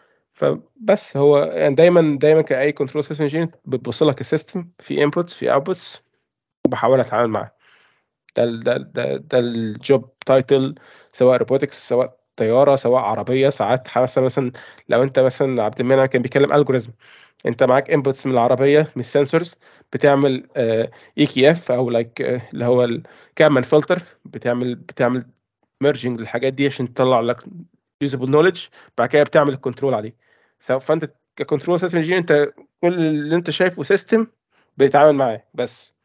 فبس هو يعني دايما دايما كاي كنترول سيستم انجينير بتبص لك السيستم في انبوتس في اوتبوتس، وبحاول اتعامل معاه. ده ال- ده ال- ده ده الجوب تايتل، سواء روبوتكس، سواء طياره، سواء عربيه. ساعات حاسه مثلا لو انت مثلا عبد المنعم كان بيتكلم الجوريزم، انت معاك انبوتس من العربيه من السنسورز، بتعمل اي كي اف او لايك اللي هو الكامن فلتر، بتعمل بتعمل ميرجنج للحاجات دي عشان تطلع لك يوزابل نوليدج. بعد كده بتعمل الكنترول عليه. سواء فانت ككنترول سيستم انجينير، انت كل اللي انت شايفه سيستم بيتعامل معاه بس.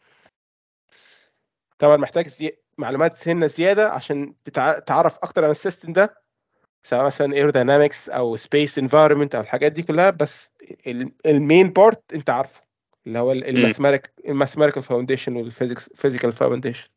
طبعا محتاج زي... معلومات سنه زياده عشان تتع... تعرف اكتر عن السيستم ده، سواء مثلا ايروداينامكس او سبيس انفايرمنت او الحاجات دي كلها. بس المين بارت انت عارفه، اللي هو مم. الماثماتيك الماثماتيكال فاونديشن والفيزيكس فيزيكال فاونديشن.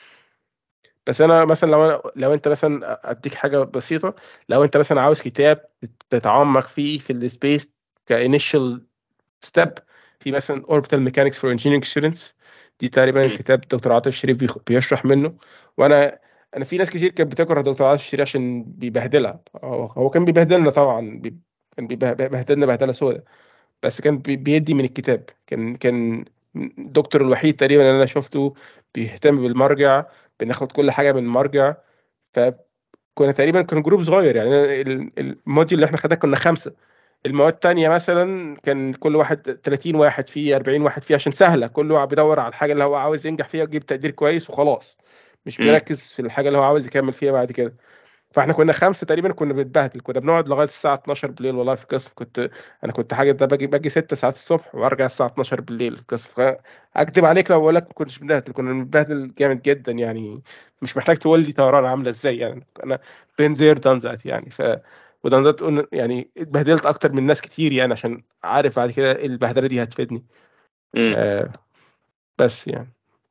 بس انا مثلا لو انا لو انت مثلا اديك حاجه بسيطه، لو انت مثلا عاوز كتاب تتعمق فيه في السبيس كانيشال ستيب، في مثلا اوربيتال ميكانكس فور انجينيرنج ستودنتس، دي تقريبا مم. كتاب دكتور عاطف الشريف بيخ- بيشرح منه. وانا انا في ناس كتير كانت بتكره دكتور عاطف الشريف عشان بيبهدلها. هو هو كان بيبهدلنا طبعا، بي- كان بيبه- بيبهدلنا بهدله سوداء. بس كان بي- بيدي من الكتاب. كان كان الدكتور الوحيد تقريبا اللي انا شفته بيهتم بالمرجع، بناخد كل حاجه من المرجع. فكنا تقريبا كان جروب صغير. يعني أنا ال- الموديول اللي احنا خدناه كنا خمسه. المواد التانية مثلا كان كل واحد تلاتين واحد فيه، اربعين واحد فيه، عشان سهلة. كله بيدور على الحاجة اللي هو عاوز ينجح فيها ويجيب تقدير كويس وخلاص، مش مم. بيركز في الحاجة اللي هو عاوز يكمل فيها بعد كده. فاحنا كنا خمسة تقريبا، كنا بنتبهدل، كنا بنقعد لغاية الساعة اتناشر بالليل والله في القسم. كنت انا كنت حاجة ده باجي باجي ستة ساعات الصبح وارجع الساعة اتناشر بالليل في القسم. اكدب عليك لو بقول لك ما كنتش بنبهدل، كنا بنبهدل جامد جدا يعني. مش محتاج تقول لي طيران عاملة ازاي يعني. انا بين زير دان ذات يعني. ف ودان ذات يعني اتبهدلت اكتر من ناس كتير يعني، عشان عارف بعد كده البهدله دي هتفيدني. مم. آه بس يعني.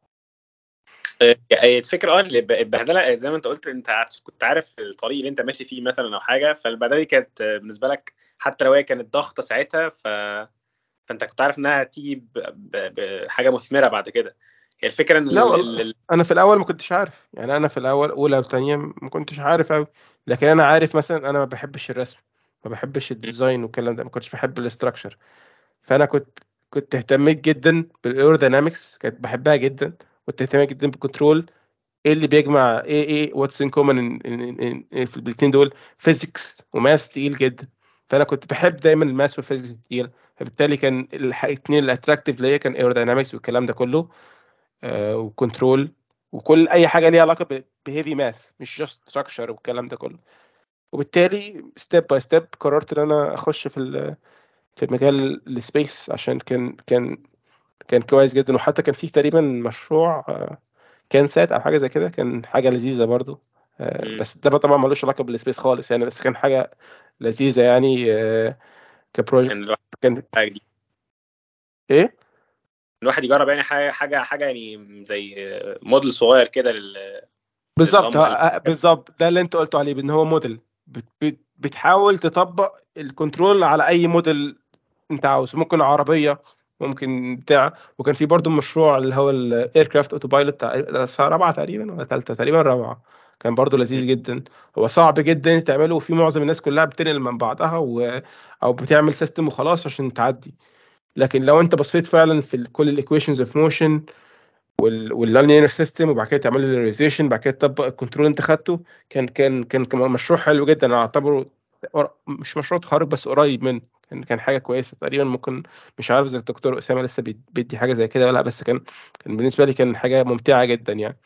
آه، يعني الفكره اه اللي ب- البهدله زي ما انت قلت، انت عت- كنت عارف الطريق اللي انت ماشي فيه مثلا او حاجه، فالبهدله دي كانت آه، بالنسبه لك حتى لو هي كانت ضغطه ساعتها، ف... فانت كنت عارف انها هتيجي ب... ب... بحاجه مثمره بعد كده. هي الفكره ان لا ال... والله، ال... ال... انا في الاول ما كنتش عارف. يعني انا في الاول اولى وثانيه ما كنتش عارف قوي. لكن انا عارف مثلا انا ما بحبش الرسم، ما بحبش الديزاين والكلام ده، ما كنتش بحب الاستراكشر. فانا كنت كنت اهتميت جدا بالايروداينامكس، كنت بحبها جدا. كنت اهتميت جدا بالكنترول، ايه اللي بيجمع ايه ايه واتس ان كومن في الاثنين دول، فيزيكس وماث تقيل جدا. فانا كنت بحب دايما الماث والفيزيكس التقيل، فبالتالي كان الاثنين الاتراكتيف ليا كان ايروداينامكس والكلام ده كله، آه وكنترول، وكل اي حاجه ليها علاقه بهيفي ماث، مش جاست ستراكشر والكلام ده كله. وبالتالي ستيب باي ستيب قررت ان انا اخش في ال- في مجال السبيس، عشان كان كان كان كويس جدا. وحتى كان فيه تقريبا مشروع آه، كان سات او حاجه زي كده، كان حاجه لذيذه برضو. آه، مم. بس ده طبعا ملوش علاقه بالسبيس خالص يعني، بس كان حاجه لذيذه يعني آه، كبروجكت. كان الواحد كان حاجه جديده، ايه الواحد يجرب يعني حاجه حاجه حاجه يعني زي موديل صغير كده لل- بالظبط. لللمبه. ه- بالظبط ده اللي انت قلته عليه، بان هو موديل بت- بت- بتحاول تطبق الكنترول على اي موديل انت عاوز، ممكن عربيه، ممكن بتاع. وكان في برضو مشروع اللي هو الاير كرافت اوتو بايلوت، رابعه تقريبا ولا ثالثه، تقريبا رابعه. كان برضو لذيذ جدا. هو صعب جدا تعمله، وفي معظم الناس كلها بتنقل من بعضها و... او بتعمل سيستم وخلاص عشان تعدي. لكن لو انت بصيت فعلا في ال- كل الايكويشنز اوف موشن واللينير سيستم، وبعد كده تعمل لينيرايزيشن، بعد كده تطبق الكنترول اللي انت خدته، كان كان كان كان مشروع حلو جدا. انا اعتبره قر- مش مشروع تخرج بس قريب منه. كان كان حاجه كويسه تقريبا. ممكن مش عارف اذا الدكتور اسامه لسه بي- بيدي حاجه زي كده ولا لا، بس كان كان بالنسبه لي كان حاجه ممتعه جدا يعني.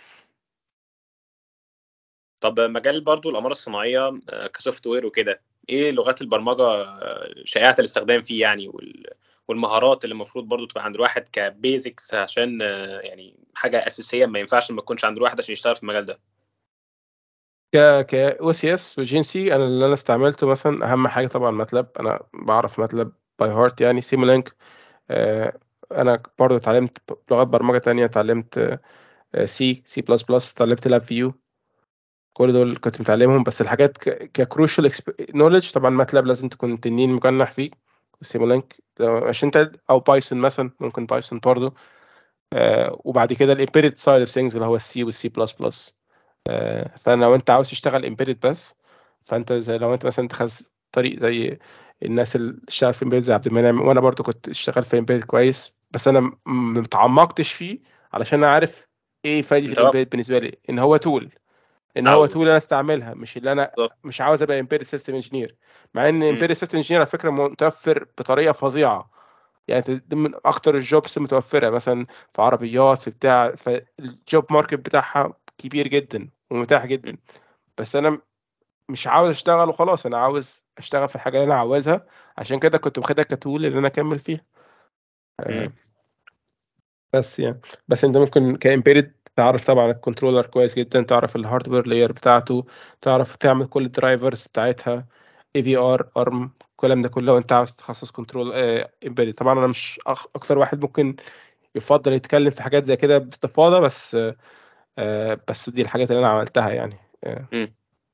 طب مجال برضو الأقمار الصناعية آه، كسوفت وير وكده، ايه لغات البرمجة آه، شائعة الاستخدام فيه يعني، وال- والمهارات اللي المفروض برضو تبقى عند الواحد كبيزكس، عشان آه، يعني حاجة أساسية ما ينفعش ما تكونش عند الواحد عشان يشتغل في المجال ده. ك ك او سي اس وجين سي، انا اللي انا استعملته مثلا اهم حاجه طبعا ماتلاب. انا بعرف ماتلاب باي هارت يعني. سيمولينك، آه، انا برضو اتعلمت لغات برمجه تانية. اتعلمت سي سي بلس بلس، اتعلمت لاب فيو. كل دول كنت متعلمهم. بس الحاجات ككروشال نولج طبعا ماتلاب لازم تكون تنين مجنح فيه، وسيمولينك عشان انت، او بايثون مثلا، ممكن بايثون برضه. آه وبعد كده الامبيدد سايد اوف ثينجز اللي هو السي والسي بلس بلس. فانا لو انت عاوز تشتغل امبيدد بس، فانت زي لو انت مثلا تخذ طريق زي الناس اللي اشتغلت في امبيدد زي عبد المنعم، وانا برضه كنت اشتغل في امبيدد كويس، بس انا م- ما تعمقتش فيه علشان اعرف ايه فايده انت واخد- الامبيدد بالنسبه لي. ان هو تول، ان هو عاوز تول انا استعملها، مش اللي انا بالظبط. مش عاوز ابقى امبيدد سيستم انجينير. مع ان مم. امبيدد سيستم انجينير على فكره متوفر بطريقه فظيعه يعني. ده من اكتر الجوبس المتوفره مثلا في عربيات، في بتاع. فالجوب ماركت بتاعها كبير جدا ومتاح مم. جدا. بس انا مش عاوز اشتغل وخلاص، انا عاوز اشتغل في الحاجه اللي انا عاوزها. عشان كده كنت واخدها كتول اللي انا اكمل فيها. مم. آه، بس يعني، بس انت ممكن كامبيرد تعرف طبعا الكنترولر كويس جدا، تعرف الهاردوير لاير بتاعته، تعرف تعمل كل الدرايفرز بتاعتها، اي في ار ارم، الكلام ده كله. لو انت عاوز تخصص كنترول امبيرد طبعا. انا مش أخ- اكتر واحد ممكن يفضل يتكلم في حاجات زي كده باستفاضه، بس آه، بس دي الحاجات اللي انا عملتها يعني. آه، مم.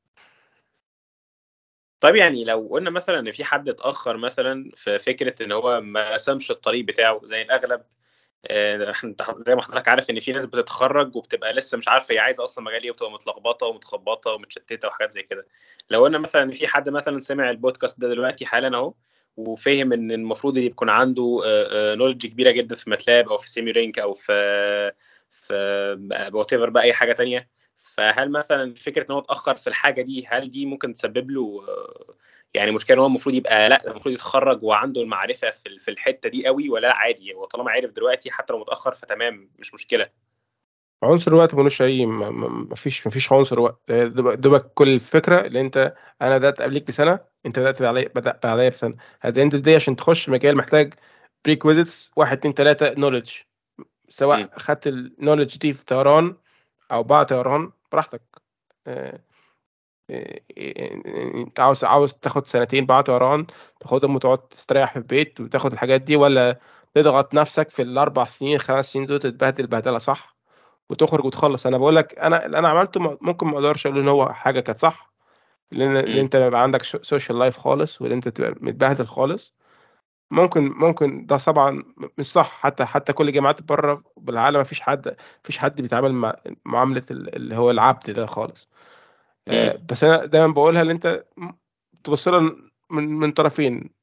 طيب يعني لو قلنا مثلا ان في حد اتاخر مثلا في فكره ان هو ما رسمش الطريق بتاعه زي الاغلب. آه، احنا زي ما حضرتك عارف ان في ناس بتتخرج وبتبقى لسه مش عارفه هي عايزه اصلا مجال ايه، وبتبقى متلخبطه ومتخبطه ومتشتته وحاجات زي كده. لو قلنا مثلا ان في حد مثلا سمع البودكاست ده دلوقتي حالا اهو، وفهم ان المفروض يكون عنده نولج كبيره جدا في ماتلاب او في سيمي رينك او في في وات ايفر بقى اي حاجه تانية، فهل مثلا فكره ان هو اتاخر في الحاجه دي، هل دي ممكن تسبب له آه، يعني مشكله ان هو المفروض يبقى لا المفروض يتخرج وعنده المعرفه في في الحته دي قوي، ولا لا عادي هو طالما عرف دلوقتي حتى لو متاخر فتمام مش مشكله؟ عنصر الوقت ملوش اي، ما ما- ما فيش ما فيش عنصر وقت. آه، دوبك دوبك كل الفكره اللي انت، انا بدات قبليك بسنه، انت بدات علي بدا عليا بسنه. انت دي عشان تخش مجال محتاج بريكويزيتس واحد اتنين تلاته نولج. امم. سواء خدت النولج دي في طيران او بعد طيران براحتك. آه، آه، آه، انت عاوز عاوز تاخد سنتين بعد طيران تاخدهم وتقعد تستريح في البيت وتاخد الحاجات دي، ولا تضغط نفسك في الاربع سنين خمس سنين دول تتبهدل بهدله صح وتخرج وتخلص. انا بقول لك انا اللي انا عملته م- ممكن ما اقدرش اقول ان هو حاجه كانت صح، لان لان امم. انت يبقى عندك سوشيال لايف خالص، وان انت تبقى متبهدل خالص. ممكن ممكن ده طبعا مش صح. حتى حتى كل الجامعات بره بالعالم ما فيش حد فيش حد بيتعامل مع معامله ال- اللي هو العبد ده خالص. امم. آه، بس انا دايما بقولها ان انت م- تبص لها من من طرفين.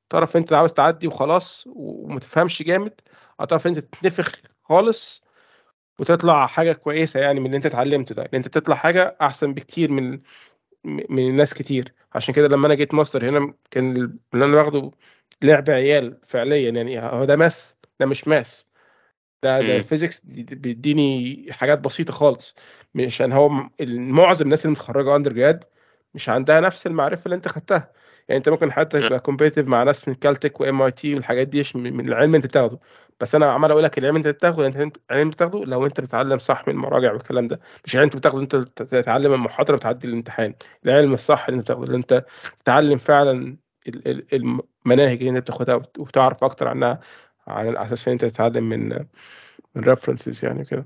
تعرف انت عاوز تعدي وخلاص وما تفهمش جامد، او تعرف انت تتنفخ خالص وتطلع حاجه كويسه يعني من اللي انت اتعلمته ده، ان انت تطلع حاجه احسن بكتير من من الناس كتير. عشان كده لما انا جيت ماستر هنا كان اللي انا باخده لعب عيال فعليا، يعني هو ده ماس، ده مش ماس، ده ده امم فيزيكس بيديني حاجات بسيطه خالص. مش عشان هو م- معظم الناس اللي متخرجه اندر جراد مش عندها نفس المعرفه اللي انت خدتها. يعني انت ممكن حتى تبقى كومبيتيتيف مع ناس من كالتك وام اي تي والحاجات دي مش من من العلم اللي انت بتاخده. بس انا عمال اقول لك العلم اللي انت بتاخده، انت العلم اللي بتاخده لو انت بتتعلم صح من المراجع والكلام ده، مش العلم اللي انت بتاخده انت تتعلم المحاضره وتعدي الامتحان. العلم الصح اللي انت بتاخده اللي انت تتعلم فعلا ال- ال- المناهج اللي انت بتاخدها وت- وتعرف اكتر عنها، على اساس ان انت تتعلم من من ريفرنسز يعني كده.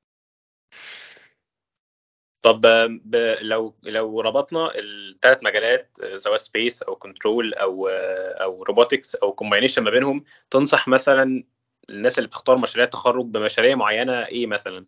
طب ب... لو لو ربطنا الثلاث مجالات، سواء سبيس او كنترول او او روبوتكس او كومباينيشن ما بينهم، تنصح مثلا الناس اللي بتختار مشاريع تخرج بمشاريع معينه ايه مثلا؟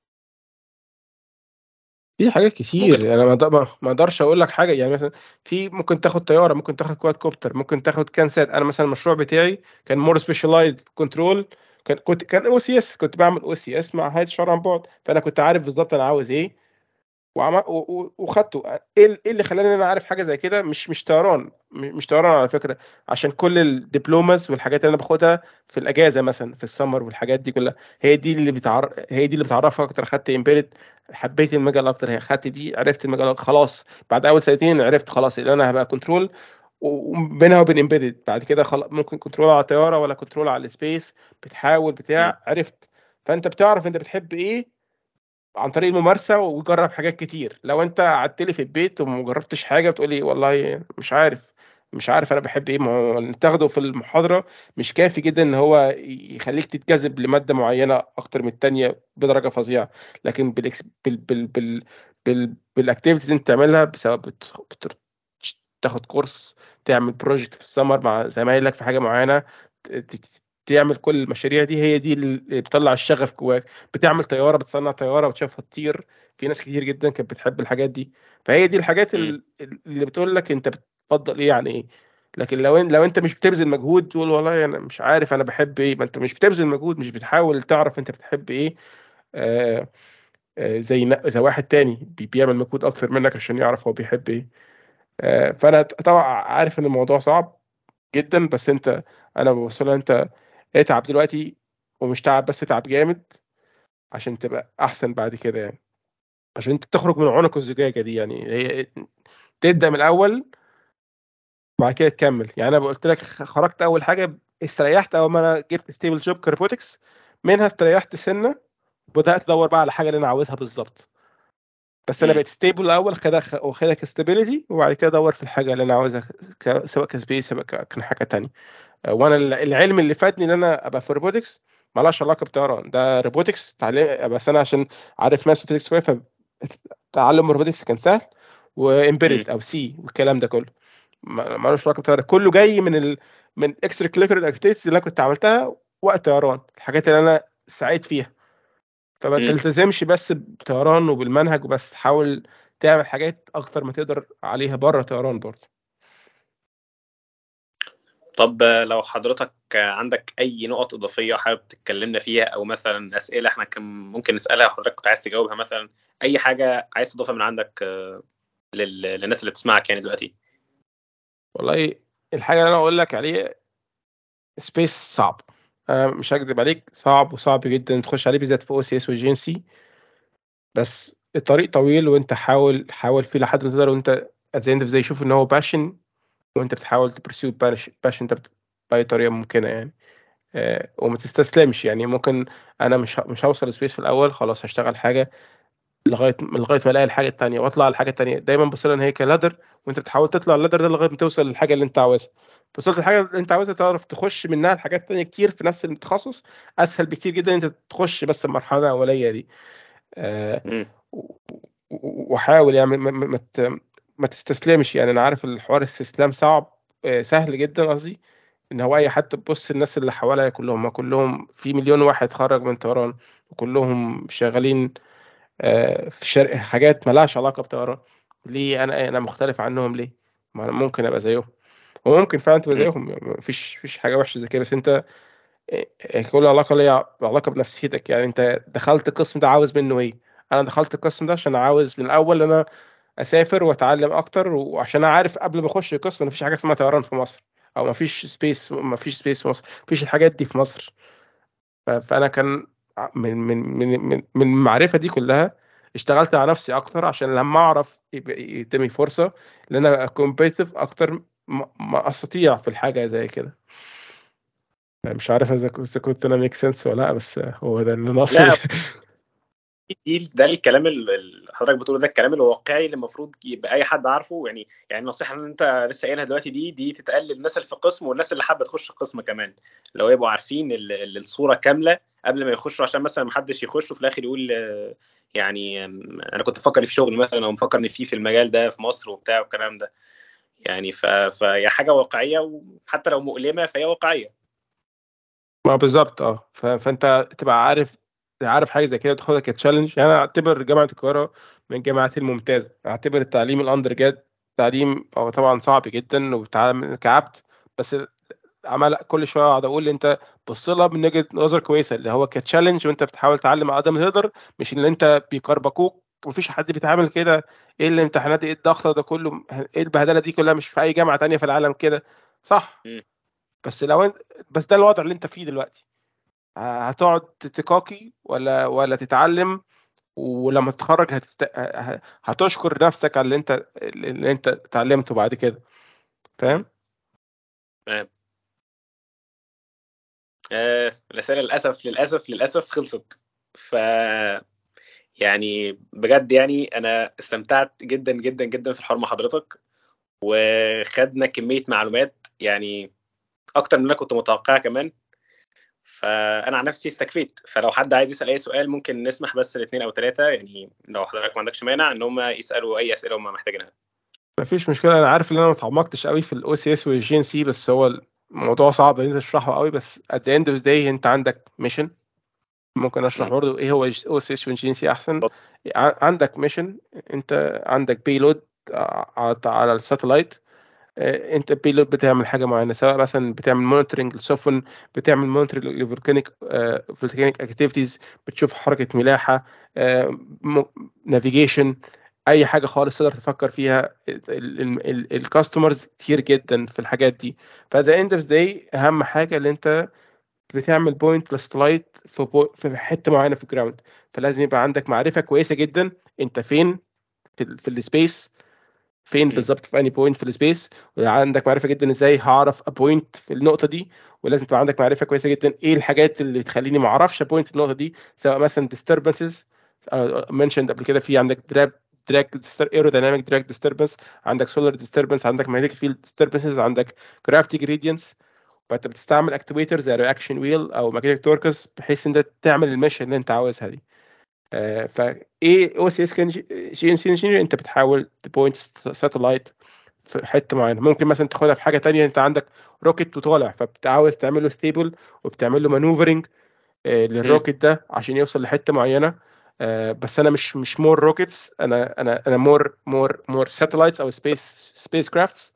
في حاجات ممكن كتير، تكون. انا ما أقدر- ما اقدرش اقول لك حاجه. يعني مثلا في ممكن تاخد طياره، ممكن تاخد كواد كوبتر، ممكن تاخد كانسات. انا مثلا المشروع بتاعي كان مور سبيشاليزد كنترول، كان كنت كان او سي اس، كنت بعمل او سي اس مع هيئه الشرع عن بعد، فانا كنت عارف بالظبط انا عاوز ايه وعم... و- و- وخدته. ايه ال- إيه اللي خلاني ان انا عارف حاجه زي كده؟ مش مش طيران، م- مش طيران على فكره، عشان كل الدبلوماز والحاجات اللي انا باخدها في الاجازه مثلا في السمر والحاجات دي كلها، هي دي اللي بتعر... هي دي اللي بتعرفك اكتر. خدت امبيدد، حبيت المجال اكتر، هي خدت دي عرفت المجال أكتر. خلاص بعد اول سنتين عرفت خلاص ان انا هبقى كنترول، وبينها وبين امبيدد بعد كده خلاص ممكن كنترول على طياره ولا كنترول على السبيس، بتحاول مم. بتاع عرفت. فانت بتعرف انت بتحب ايه عن طريق الممارسه، وجرب حاجات كتير. لو انت قعدت لي في البيت وما جربتش حاجه بتقولي والله مش عارف، مش عارف انا بحب ايه. ما هو اللي تاخده في المحاضره مش كافي جدا ان هو يخليك تتجذب لماده معينه اكتر من التانيه بدرجه فظيعه. لكن بالإكس... بال بال بال بال بالاكتيفيتيز اللي انت تعملها، بسبب بت... بت... تاخد كورس، تعمل بروجكت في السمر مع زمايلك في حاجه معينه، ت... ت- تعمل كل المشاريع دي، هي دي اللي بتطلع الشغف جواك. بتعمل طياره، بتصنع طياره وتشوفها تطير، في ناس كتير جدا كانت بتحب الحاجات دي. فهي دي الحاجات مم. ال- اللي بتقول لك انت بتفضل ايه يعني ايه. لكن لو ان لو انت مش بتبذل مجهود تقول والله انا مش عارف انا بحب ايه، ما انت مش بتبذل مجهود، مش بتحاول تعرف انت بتحب ايه. آه آه زي ن- زي واحد تاني بي- بيعمل مجهود اكتر منك عشان يعرف هو بيحب ايه. آه فانا طبعا عارف ان الموضوع صعب جدا، بس انت انا بوصلها انت اتعب دلوقتي، ومش تعب بس، اتعب جامد عشان تبقى احسن بعد كده يعني، عشان انت تخرج من عنق الزجاجه دي. يعني هي تبدا من الاول وبعد كده تكمل. يعني انا قلت لك خرجت اول حاجه استريحت اول ما انا جبت ستيبل جوب كروبوتكس، منها استريحت سنه، بدات ادور بقى على حاجه اللي انا عاوزها بالظبط. بس انا مم. بقيت ستيبل الاول، خدها واخدها كستابيليتي، وبعد كده ادور في الحاجه اللي انا عاوزها، ك- سواء كسبيس سواء ك- كان حاجه تانية. وانا ال- العلم اللي فادني ان انا ابقى في روبوتكس مالهاش علاقه بطيران، ده روبوتكس تعليم. بس انا عشان عارف ماس وفيزيكس شويه، فتعلم الروبوتكس كان سهل، مم. وامبيدد او سي والكلام ده كله ما- مالوش علاقه بطيران. كله جاي من ال... من اكسترا كليكر اكتيفيتيز اللي انا كنت عملتها وقت طيران، الحاجات اللي انا سعيت فيها. فما مم. تلتزمش بس بطيران وبالمنهج وبس، حاول تعمل حاجات اكتر ما تقدر عليها بره طيران برضه. طب لو حضرتك عندك اي نقط اضافيه حابب تتكلمنا فيها، او مثلا اسئله احنا كان ممكن نسالها وحضرتك كنت عايز تجاوبها، مثلا اي حاجه عايز تضيفها من عندك لل... للناس اللي بتسمعك يعني دلوقتي. والله الحاجه اللي انا اقول لك عليها، سبيس صعب. أنا مش هكذب عليك، صعب وصعب جدا تخش عليه، بالذات في او سي اس وجي ان سي. بس الطريق طويل، وانت حاول حاول فيه لحد ما تقدر، وانت زي انت زي شوف ان هو باشن، وانت بتحاول تبرسيو باشن ده باي طريقه ممكنه يعني. آه، وما تستسلمش. يعني ممكن انا مش ه- مش هوصل سبيس في الاول، خلاص هشتغل حاجه لغايه لغايه ما الاقي الحاجه التانيه واطلع على الحاجه التانيه. دايما بص لها ان هي كلادر، وانت بتحاول تطلع اللادر ده لغايه ما توصل للحاجه اللي انت عاوزها. وصلت للحاجه اللي انت عاوزها، تعرف تخش منها لحاجات تانيه كتير في نفس التخصص، اسهل بكتير جدا انت تخش بس المرحله الاوليه دي. آه، مم. و- و- وحاول يعني ما ما- ما ت- ما تستسلمش. يعني انا عارف الحوار الاستسلام صعب، آه، سهل جدا قصدي. ان هو اي حد تبص الناس اللي حواليا كلهم، ما كلهم في مليون واحد اتخرج من طيران وكلهم شغالين آه، في شرق حاجات ملهاش علاقه بطيران. ليه انا انا مختلف عنهم ليه؟ ما أنا ممكن ابقى زيهم. وممكن فعلا تبقى مم. زيهم، مفيش مفيش حاجه وحشه زي كده، بس انت إيه، كل علاقه ليها علاقه بنفسيتك. يعني انت دخلت القسم ده عاوز منه ايه؟ انا دخلت القسم ده عشان عاوز من الاول انا اسافر واتعلم اكتر، وعشان عارف قبل ما اخش القسم مفيش حاجه اسمها طيران في مصر، او مفيش سبيس مفيش سبيس في مصر، مفيش الحاجات دي في مصر. ف- فانا كان ع- من من من من من المعرفه دي كلها اشتغلت على نفسي اكتر، عشان لما اعرف يبقى يتمي فرصه ان انا كومبيتيتيف اكتر، ما ما استطيع في الحاجه زي كده. مش عارف اذا كنت إذا كنت انا ميك سنس ولا لا، بس هو ده اللي انا اقصده. لا، دي ده الكلام اللي حضرتك بتقوله، ده الكلام الواقعي اللي المفروض يبقى اي حد عارفه. يعني يعني النصيحه اللي انت لسه قايلها دلوقتي دي دي تتقال للناس اللي في القسم والناس اللي حابه تخش القسم كمان، لو يبقوا عارفين ال- ال- الصوره كامله قبل ما يخشوا، عشان مثلا ما حدش يخش وفي الاخر يقول آه، يعني آم، انا كنت مفكر في شغل مثلا، او مفكر ان في في المجال ده في مصر وبتاع والكلام ده. يعني ف فهي حاجه واقعيه، وحتى لو مؤلمه فهي واقعيه. ما بالظبط اه ف- فانت تبقى عارف عارف حاجه زي كده تاخدها كتشالنج. يعني انا اعتبر جامعه القاهره من الجامعات الممتازه، اعتبر التعليم الاندر جاد تعليم هو طبعا صعب جدا وبتعامل كعبت، بس عمال كل شويه اقعد اقول انت بص لها من وجهه نظر كويسه، اللي هو كتشالنج وانت بتحاول تعلم على قد ما تقدر، مش اللي انت بيكربكوك مفيش حد بيتعامل كده. ايه الامتحانات، ايه الضغط ده كله، ايه البهدله دي كلها، مش في اي جامعه تانية في العالم كده، صح؟ مم. بس لو انت بس ده الوضع اللي انت فيه دلوقتي، هتقعد تتكاكي ولا ولا تتعلم؟ ولما تتخرج هتست... ه- هتشكر نفسك على اللي انت اللي انت اتعلمته بعد كده، مم. فاهم؟ تمام. آه الرساله للاسف للاسف للاسف خلصت. ف يعني بجد يعني انا استمتعت جدا جدا جدا في الحوار مع حضرتك، وخدنا كمية معلومات يعني اكتر من اللي انا كنت متوقعها كمان. فانا عن نفسي استكفيت. فلو حد عايز يسأل اي سؤال ممكن نسمح بس الاثنين او ثلاثة، يعني لو حضرتك ما عندكش مانع ان هم يسألوا اي اسئلة هم محتاجينها. مفيش مشكله. انا عارف ان انا ما اتعمقتش قوي في الاو سي اس والجي ان سي، بس هو الموضوع صعب ان انت تشرحه قوي. بس at the end of the day انت عندك ميشن. ممكن اشرح مم. برضه ايه هو او سي اس والجي ان سي احسن. ع- عندك ميشن، انت عندك بيلود على الساتلايت. آه، انت بيلود بتعمل حاجه معينه، سواء مثلا بتعمل مونيتورنج للسفن، بتعمل مونيتورنج للفولكانيك فولكانيك اكتيفيتيز، بتشوف حركه ملاحه، نافيجيشن، اي حاجه خالص تقدر تفكر فيها. الكاستمرز كتير جدا في الحاجات دي. فذا اند اوف داي اهم حاجه اللي انت بتعمل بوينت للسلايت في بو في حته معينه في الجراوند. فلازم يبقى عندك معرفه كويسه جدا انت فين في, ال- في السبيس، فين مم. بالظبط في اني بوينت في السبيس، وعندك معرفه جدا ازاي هعرف ابوينت في النقطه دي. ولازم تبقى عندك معرفه كويسه جدا ايه الحاجات اللي بتخليني ما اعرفش ابوينت في النقطه دي، سواء مثلا disturbances منشند قبل كده، في عندك دراب دراج ايرودايناميك دراج ديستربنس، عندك سولار ديستربنس، عندك ماجنتيك فيلد ديستربنسز، عندك جرافيتي جريدينتس. فانت بتستعمل اكتويتر زي رياكشن ويل او ماجنتيك توركس بحيث ان انت تعمل الميشن اللي انت عاوزها دي. آه، فايه او سي اس سي ان سي انجينير، انت بتحاول تبوينت ساتلايت في حته معينه. ممكن مثلا تاخدها في حاجه تانية، انت عندك روكيت وطالع فبتعاوز تعمل له ستيبل وبتعمل له مانوفرنج مم. للروكيت ده عشان يوصل لحته معينه. آه، بس انا مش مش مور روكيتس، انا انا انا مور مور مور ساتلايتس او سبيس سبيس كرافتس.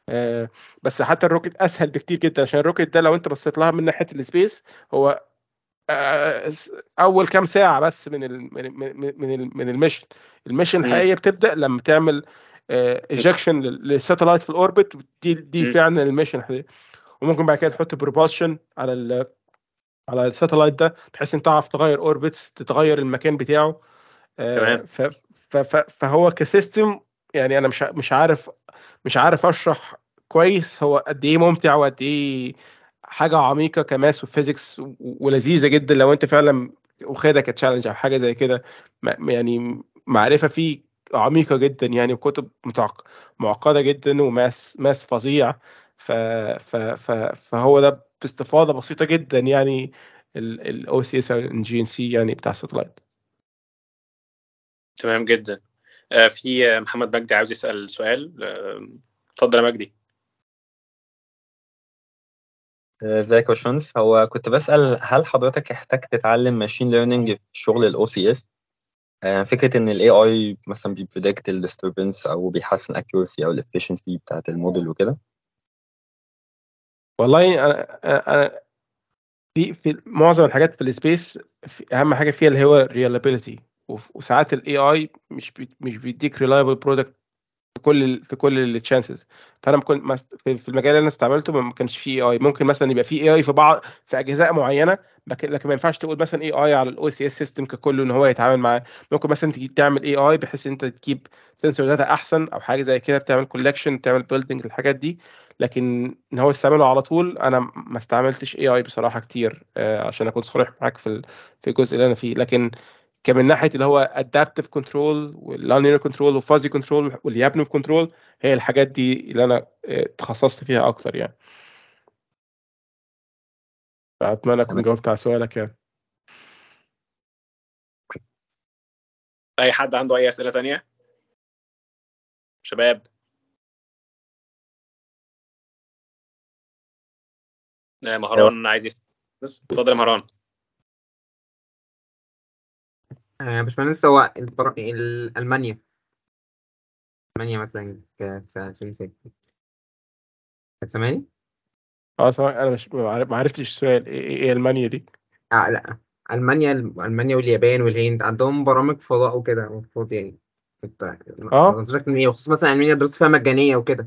بس حتى الروكيت اسهل بكتير جدا، عشان الروكيت ده لو انت بصيت لها من ناحيه السبيس هو آه، اول كام ساعه بس من ال من من من ال- من الميشن. الميشن مم. الحقيقيه بتبدا لما تعمل ايجكشن للساتلايت في الاوربت، دي دي مم. فعلا الميشن الحقيقيه. وممكن بعد كده تحط بروبالشن على ال على الساتلايت ده بحيث انت تعرف تغير اوربتس، تتغير المكان بتاعه. آه، تمام. ف ف ف فهو كسيستم. يعني انا مش ع- مش عارف مش عارف اشرح كويس هو قد ايه ممتع وقد ايه حاجه عميقه كماس وفيزيكس و- ولذيذه جدا لو انت فعلا واخدها كتشالنج او حاجه زي كده. م- يعني معرفه فيه عميقه جدا يعني، وكتب متعق- معقده جدا وماس ماس فظيع. ف ف ف فهو ده باستفاضه بسيطه جدا يعني الاو سي اس او الجي ان سي يعني بتاع الساتلايت. تمام جدا. آه في آه، محمد مجدي عاوز يسأل سؤال. آه، اتفضل يا مجدي. ازيك يا باشمهندس؟ هو كنت بسأل هل حضرتك احتاج تتعلم ماشين ليرنينج في شغل الاو سي اس؟ فكرة ان الاي اي مثلا بيبريدكت الديستربنس او بيحسن الاكيورسي او الافشنسي بتاعت الموديل وكده. والله انا انا في في معظم الحاجات في السبيس، اهم حاجه فيها اللي هو الريلابيلتي، وساعات الاي اي مش بي مش بيديك ريلايبل برودكت في كل ال في كل التشانسز. فانا ممكن مس- في في المجال اللي انا استعملته ما كانش فيه اي اي. ممكن مثلا يبقى فيه اي اي في بعض في اجزاء معينه، لكن لكن ما ينفعش تقول مثلا اي اي على الاو سي اس سيستم ككله ان هو يتعامل معاه. ممكن مثلا تجي تعمل اي اي بحيث انت تجيب سنسور داتا احسن او حاجه زي كده، تعمل كولكشن، تعمل بيلدينج الحاجات دي. لكن ان هو يستعمله على طول، انا ما استعملتش اي اي بصراحه كتير، آه، عشان اكون صريح معاك في ال- في الجزء اللي انا فيه. لكن كمن ناحيه اللي هو ادابتيف كنترول واللانير كنترول وفازي كنترول واليابنوف كنترول، هي الحاجات دي اللي انا آه، تخصصت فيها اكتر يعني. فاتمنى اكون تمام. جاوبت على سؤالك يعني. اي حد عنده اي اسئله تانية شباب؟ آه، مهران عايز يسأل. بس اتفضل يا مهران. آه، باشمهندس، هو البر... ال- ألمانيا ألمانيا مثلا ك- في في مثال سامعني؟ اه صراحة انا مش ما عرف- ما عرفتش السؤال ايه ايه إيه المانيا دي. آه لا، ألمانيا ألمانيا واليابان والهند عندهم برامج فضاء وكده المفروض يعني. كنت اه نظرك من ايه، وخصوصا مثلا ألمانيا دراسة فيها مجانية وكده.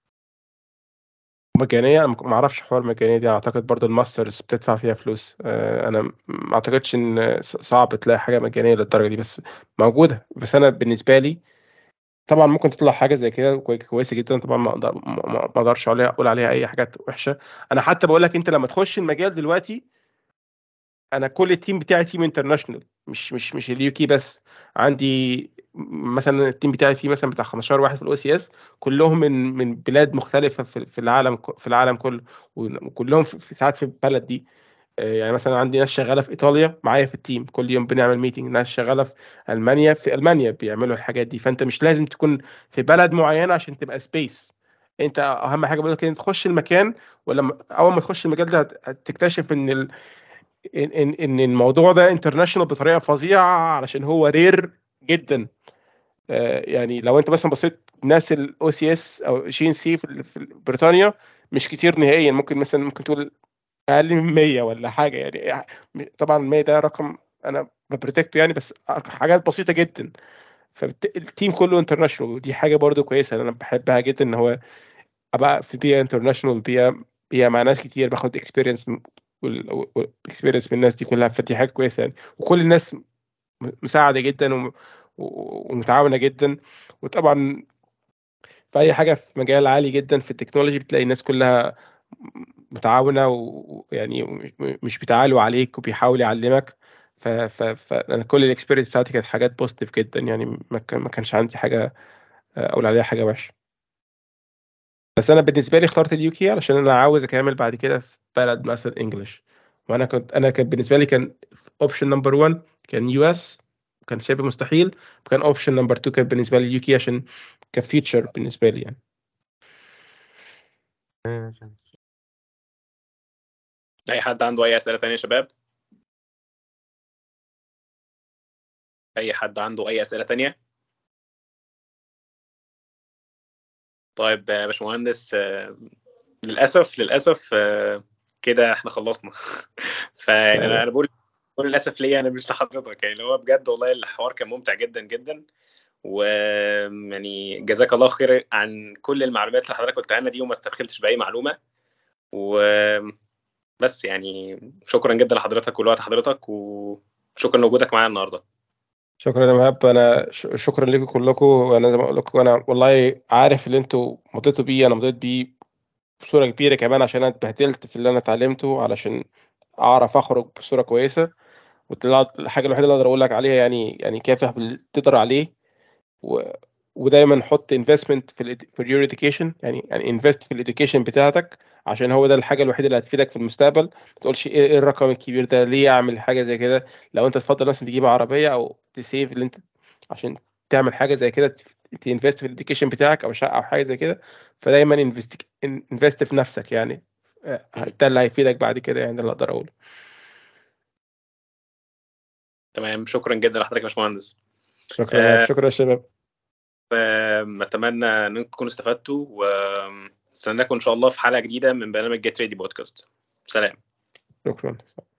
مجانيه؟ انا ما اعرفش حوار المجانيه دي. اعتقد برضو الماسترز بتدفع فيها فلوس. آه، انا ما اعتقدش ان ص- صعب تلاقي حاجه مجانيه للدرجه دي، بس موجوده. بس انا بالنسبه لي طبعا ممكن تطلع حاجه زي كده كوي- كويسه جدا. طبعا ما اقدر ما ما- ما اقدرش عليها اقول عليها اي حاجات وحشه. انا حتى بقول لك انت لما تخش المجال دلوقتي، انا كل التيم بتاعي تيم انترناشونال، مش مش مش اليو كي بس. عندي مثلا التيم بتاعي فيه مثلا بتاع خمستاشر واحد في الاو سي اس، كلهم من من بلاد مختلفه في في العالم في العالم كله، وكلهم في في ساعات في البلد دي. آه، يعني مثلا عندي ناس شغاله في ايطاليا معايا في التيم، كل يوم بنعمل ميتنج. ناس شغاله في المانيا في المانيا بيعملوا الحاجات دي. فانت مش لازم تكون في بلد معينه عشان تبقى سبيس. انت اهم حاجه بقول لك انت تخش المكان، ولما اول ما تخش المجال ده هت- هتكتشف ان ال... ان ان إن الموضوع ده انترناشونال بطريقه فظيعه، علشان هو رير جدا. آه، يعني لو انت مثلا بصيت ناس الاو سي اس او جي ان سي في في بريطانيا، مش كتير نهائيا. ممكن مثلا ممكن تقول اقل من مية ولا حاجه يعني. طبعا مية ده رقم انا ببريتكته يعني، بس حاجات بسيطه جدا. فالتيم كله انترناشونال، ودي حاجه برضو كويسه انا بحبها جدا، ان هو ابقى في بيئه انترناشونال، بيئه بيئه مع ناس كتير، باخد اكسبيرينس والاكسبيرينس من الناس دي كلها. فدي حاجه كويسه يعني. وكل الناس مساعده جدا وم- و- ومتعاونه جدا. وطبعا في اي حاجه في مجال عالي جدا في التكنولوجي بتلاقي الناس كلها متعاونه، ويعني مش بيتعالوا عليك وبيحاول يعلمك. ف ف فانا كل الاكسبيرينس بتاعتي كانت حاجات بوزيتيف جدا يعني. ما كان ما كانش عندي حاجه اقول عليها حاجه وحشه. بس انا بالنسبه لي اخترت اليو كي علشان انا عاوز اكمل بعد كده في بلد مثلا انجلش. وانا كنت انا كان بالنسبه لي كان اوبشن نمبر واحد كان يو اس، كان شبه مستحيل. وكان اوبشن نمبر اتنين كان بالنسبه لي اليو كي عشان كفيتشر بالنسبه لي يعني. اي حد عنده اي اسئله تانية يا شباب؟ اي حد عنده اي اسئله تانية؟ طيب يا باشمهندس، آه، للاسف للاسف آه، كده احنا خلصنا. فيعني انا يعني انا بقول بقول للاسف ليا انا مش لحضرتك، يعني اللي هو بجد والله الحوار كان ممتع جدا جدا. ويعني جزاك الله خير عن كل المعلومات اللي حضرتك قلتها لنا دي، وما استدخلتش باي معلومه. وبس يعني شكرا جدا لحضرتك ولوقت حضرتك، وشكرا لوجودك معايا النهارده. شكرا يا مهاب. انا ش- شكرا لكم كلكم. وانا زي ما اقول لكم انا والله عارف اللي انتوا مضيتوا بيه انا مضيت بيه بصوره كبيره كمان، عشان انا اتبهدلت في اللي انا اتعلمته علشان اعرف اخرج بصوره كويسه. والحاجه الوحيده اللي اقدر اقول لك عليها يعني يعني كافح باللي تقدر عليه. و... ودايما حط انفستمنت في ال في your education، يعني يعني انفست في الاديوكيشن بتاعتك، عشان هو ده الحاجه الوحيده اللي هتفيدك في المستقبل. ما تقولش ايه إيه الرقم الكبير ده، ليه اعمل حاجه زي كده؟ لو انت تفضل مثلا تجيب عربيه او تسيف اللي انت عشان تعمل حاجه زي كده، تنفست في الاديوكيشن بتاعك او شقه او حاجه زي كده. فدايما انفست انفست في نفسك يعني. آه، ده اللي هيفيدك بعد كده يعني. ده اللي اقدر اقوله. تمام، شكرا جدا لحضرتك يا باشمهندس. شكرا يا آه، شكرا يا شباب. اتمنى انكم تكونوا استفدتوا، استناكم ان شاء الله في حلقه جديده من برنامج جيت ريدي بودكاست. سلام. شكرا.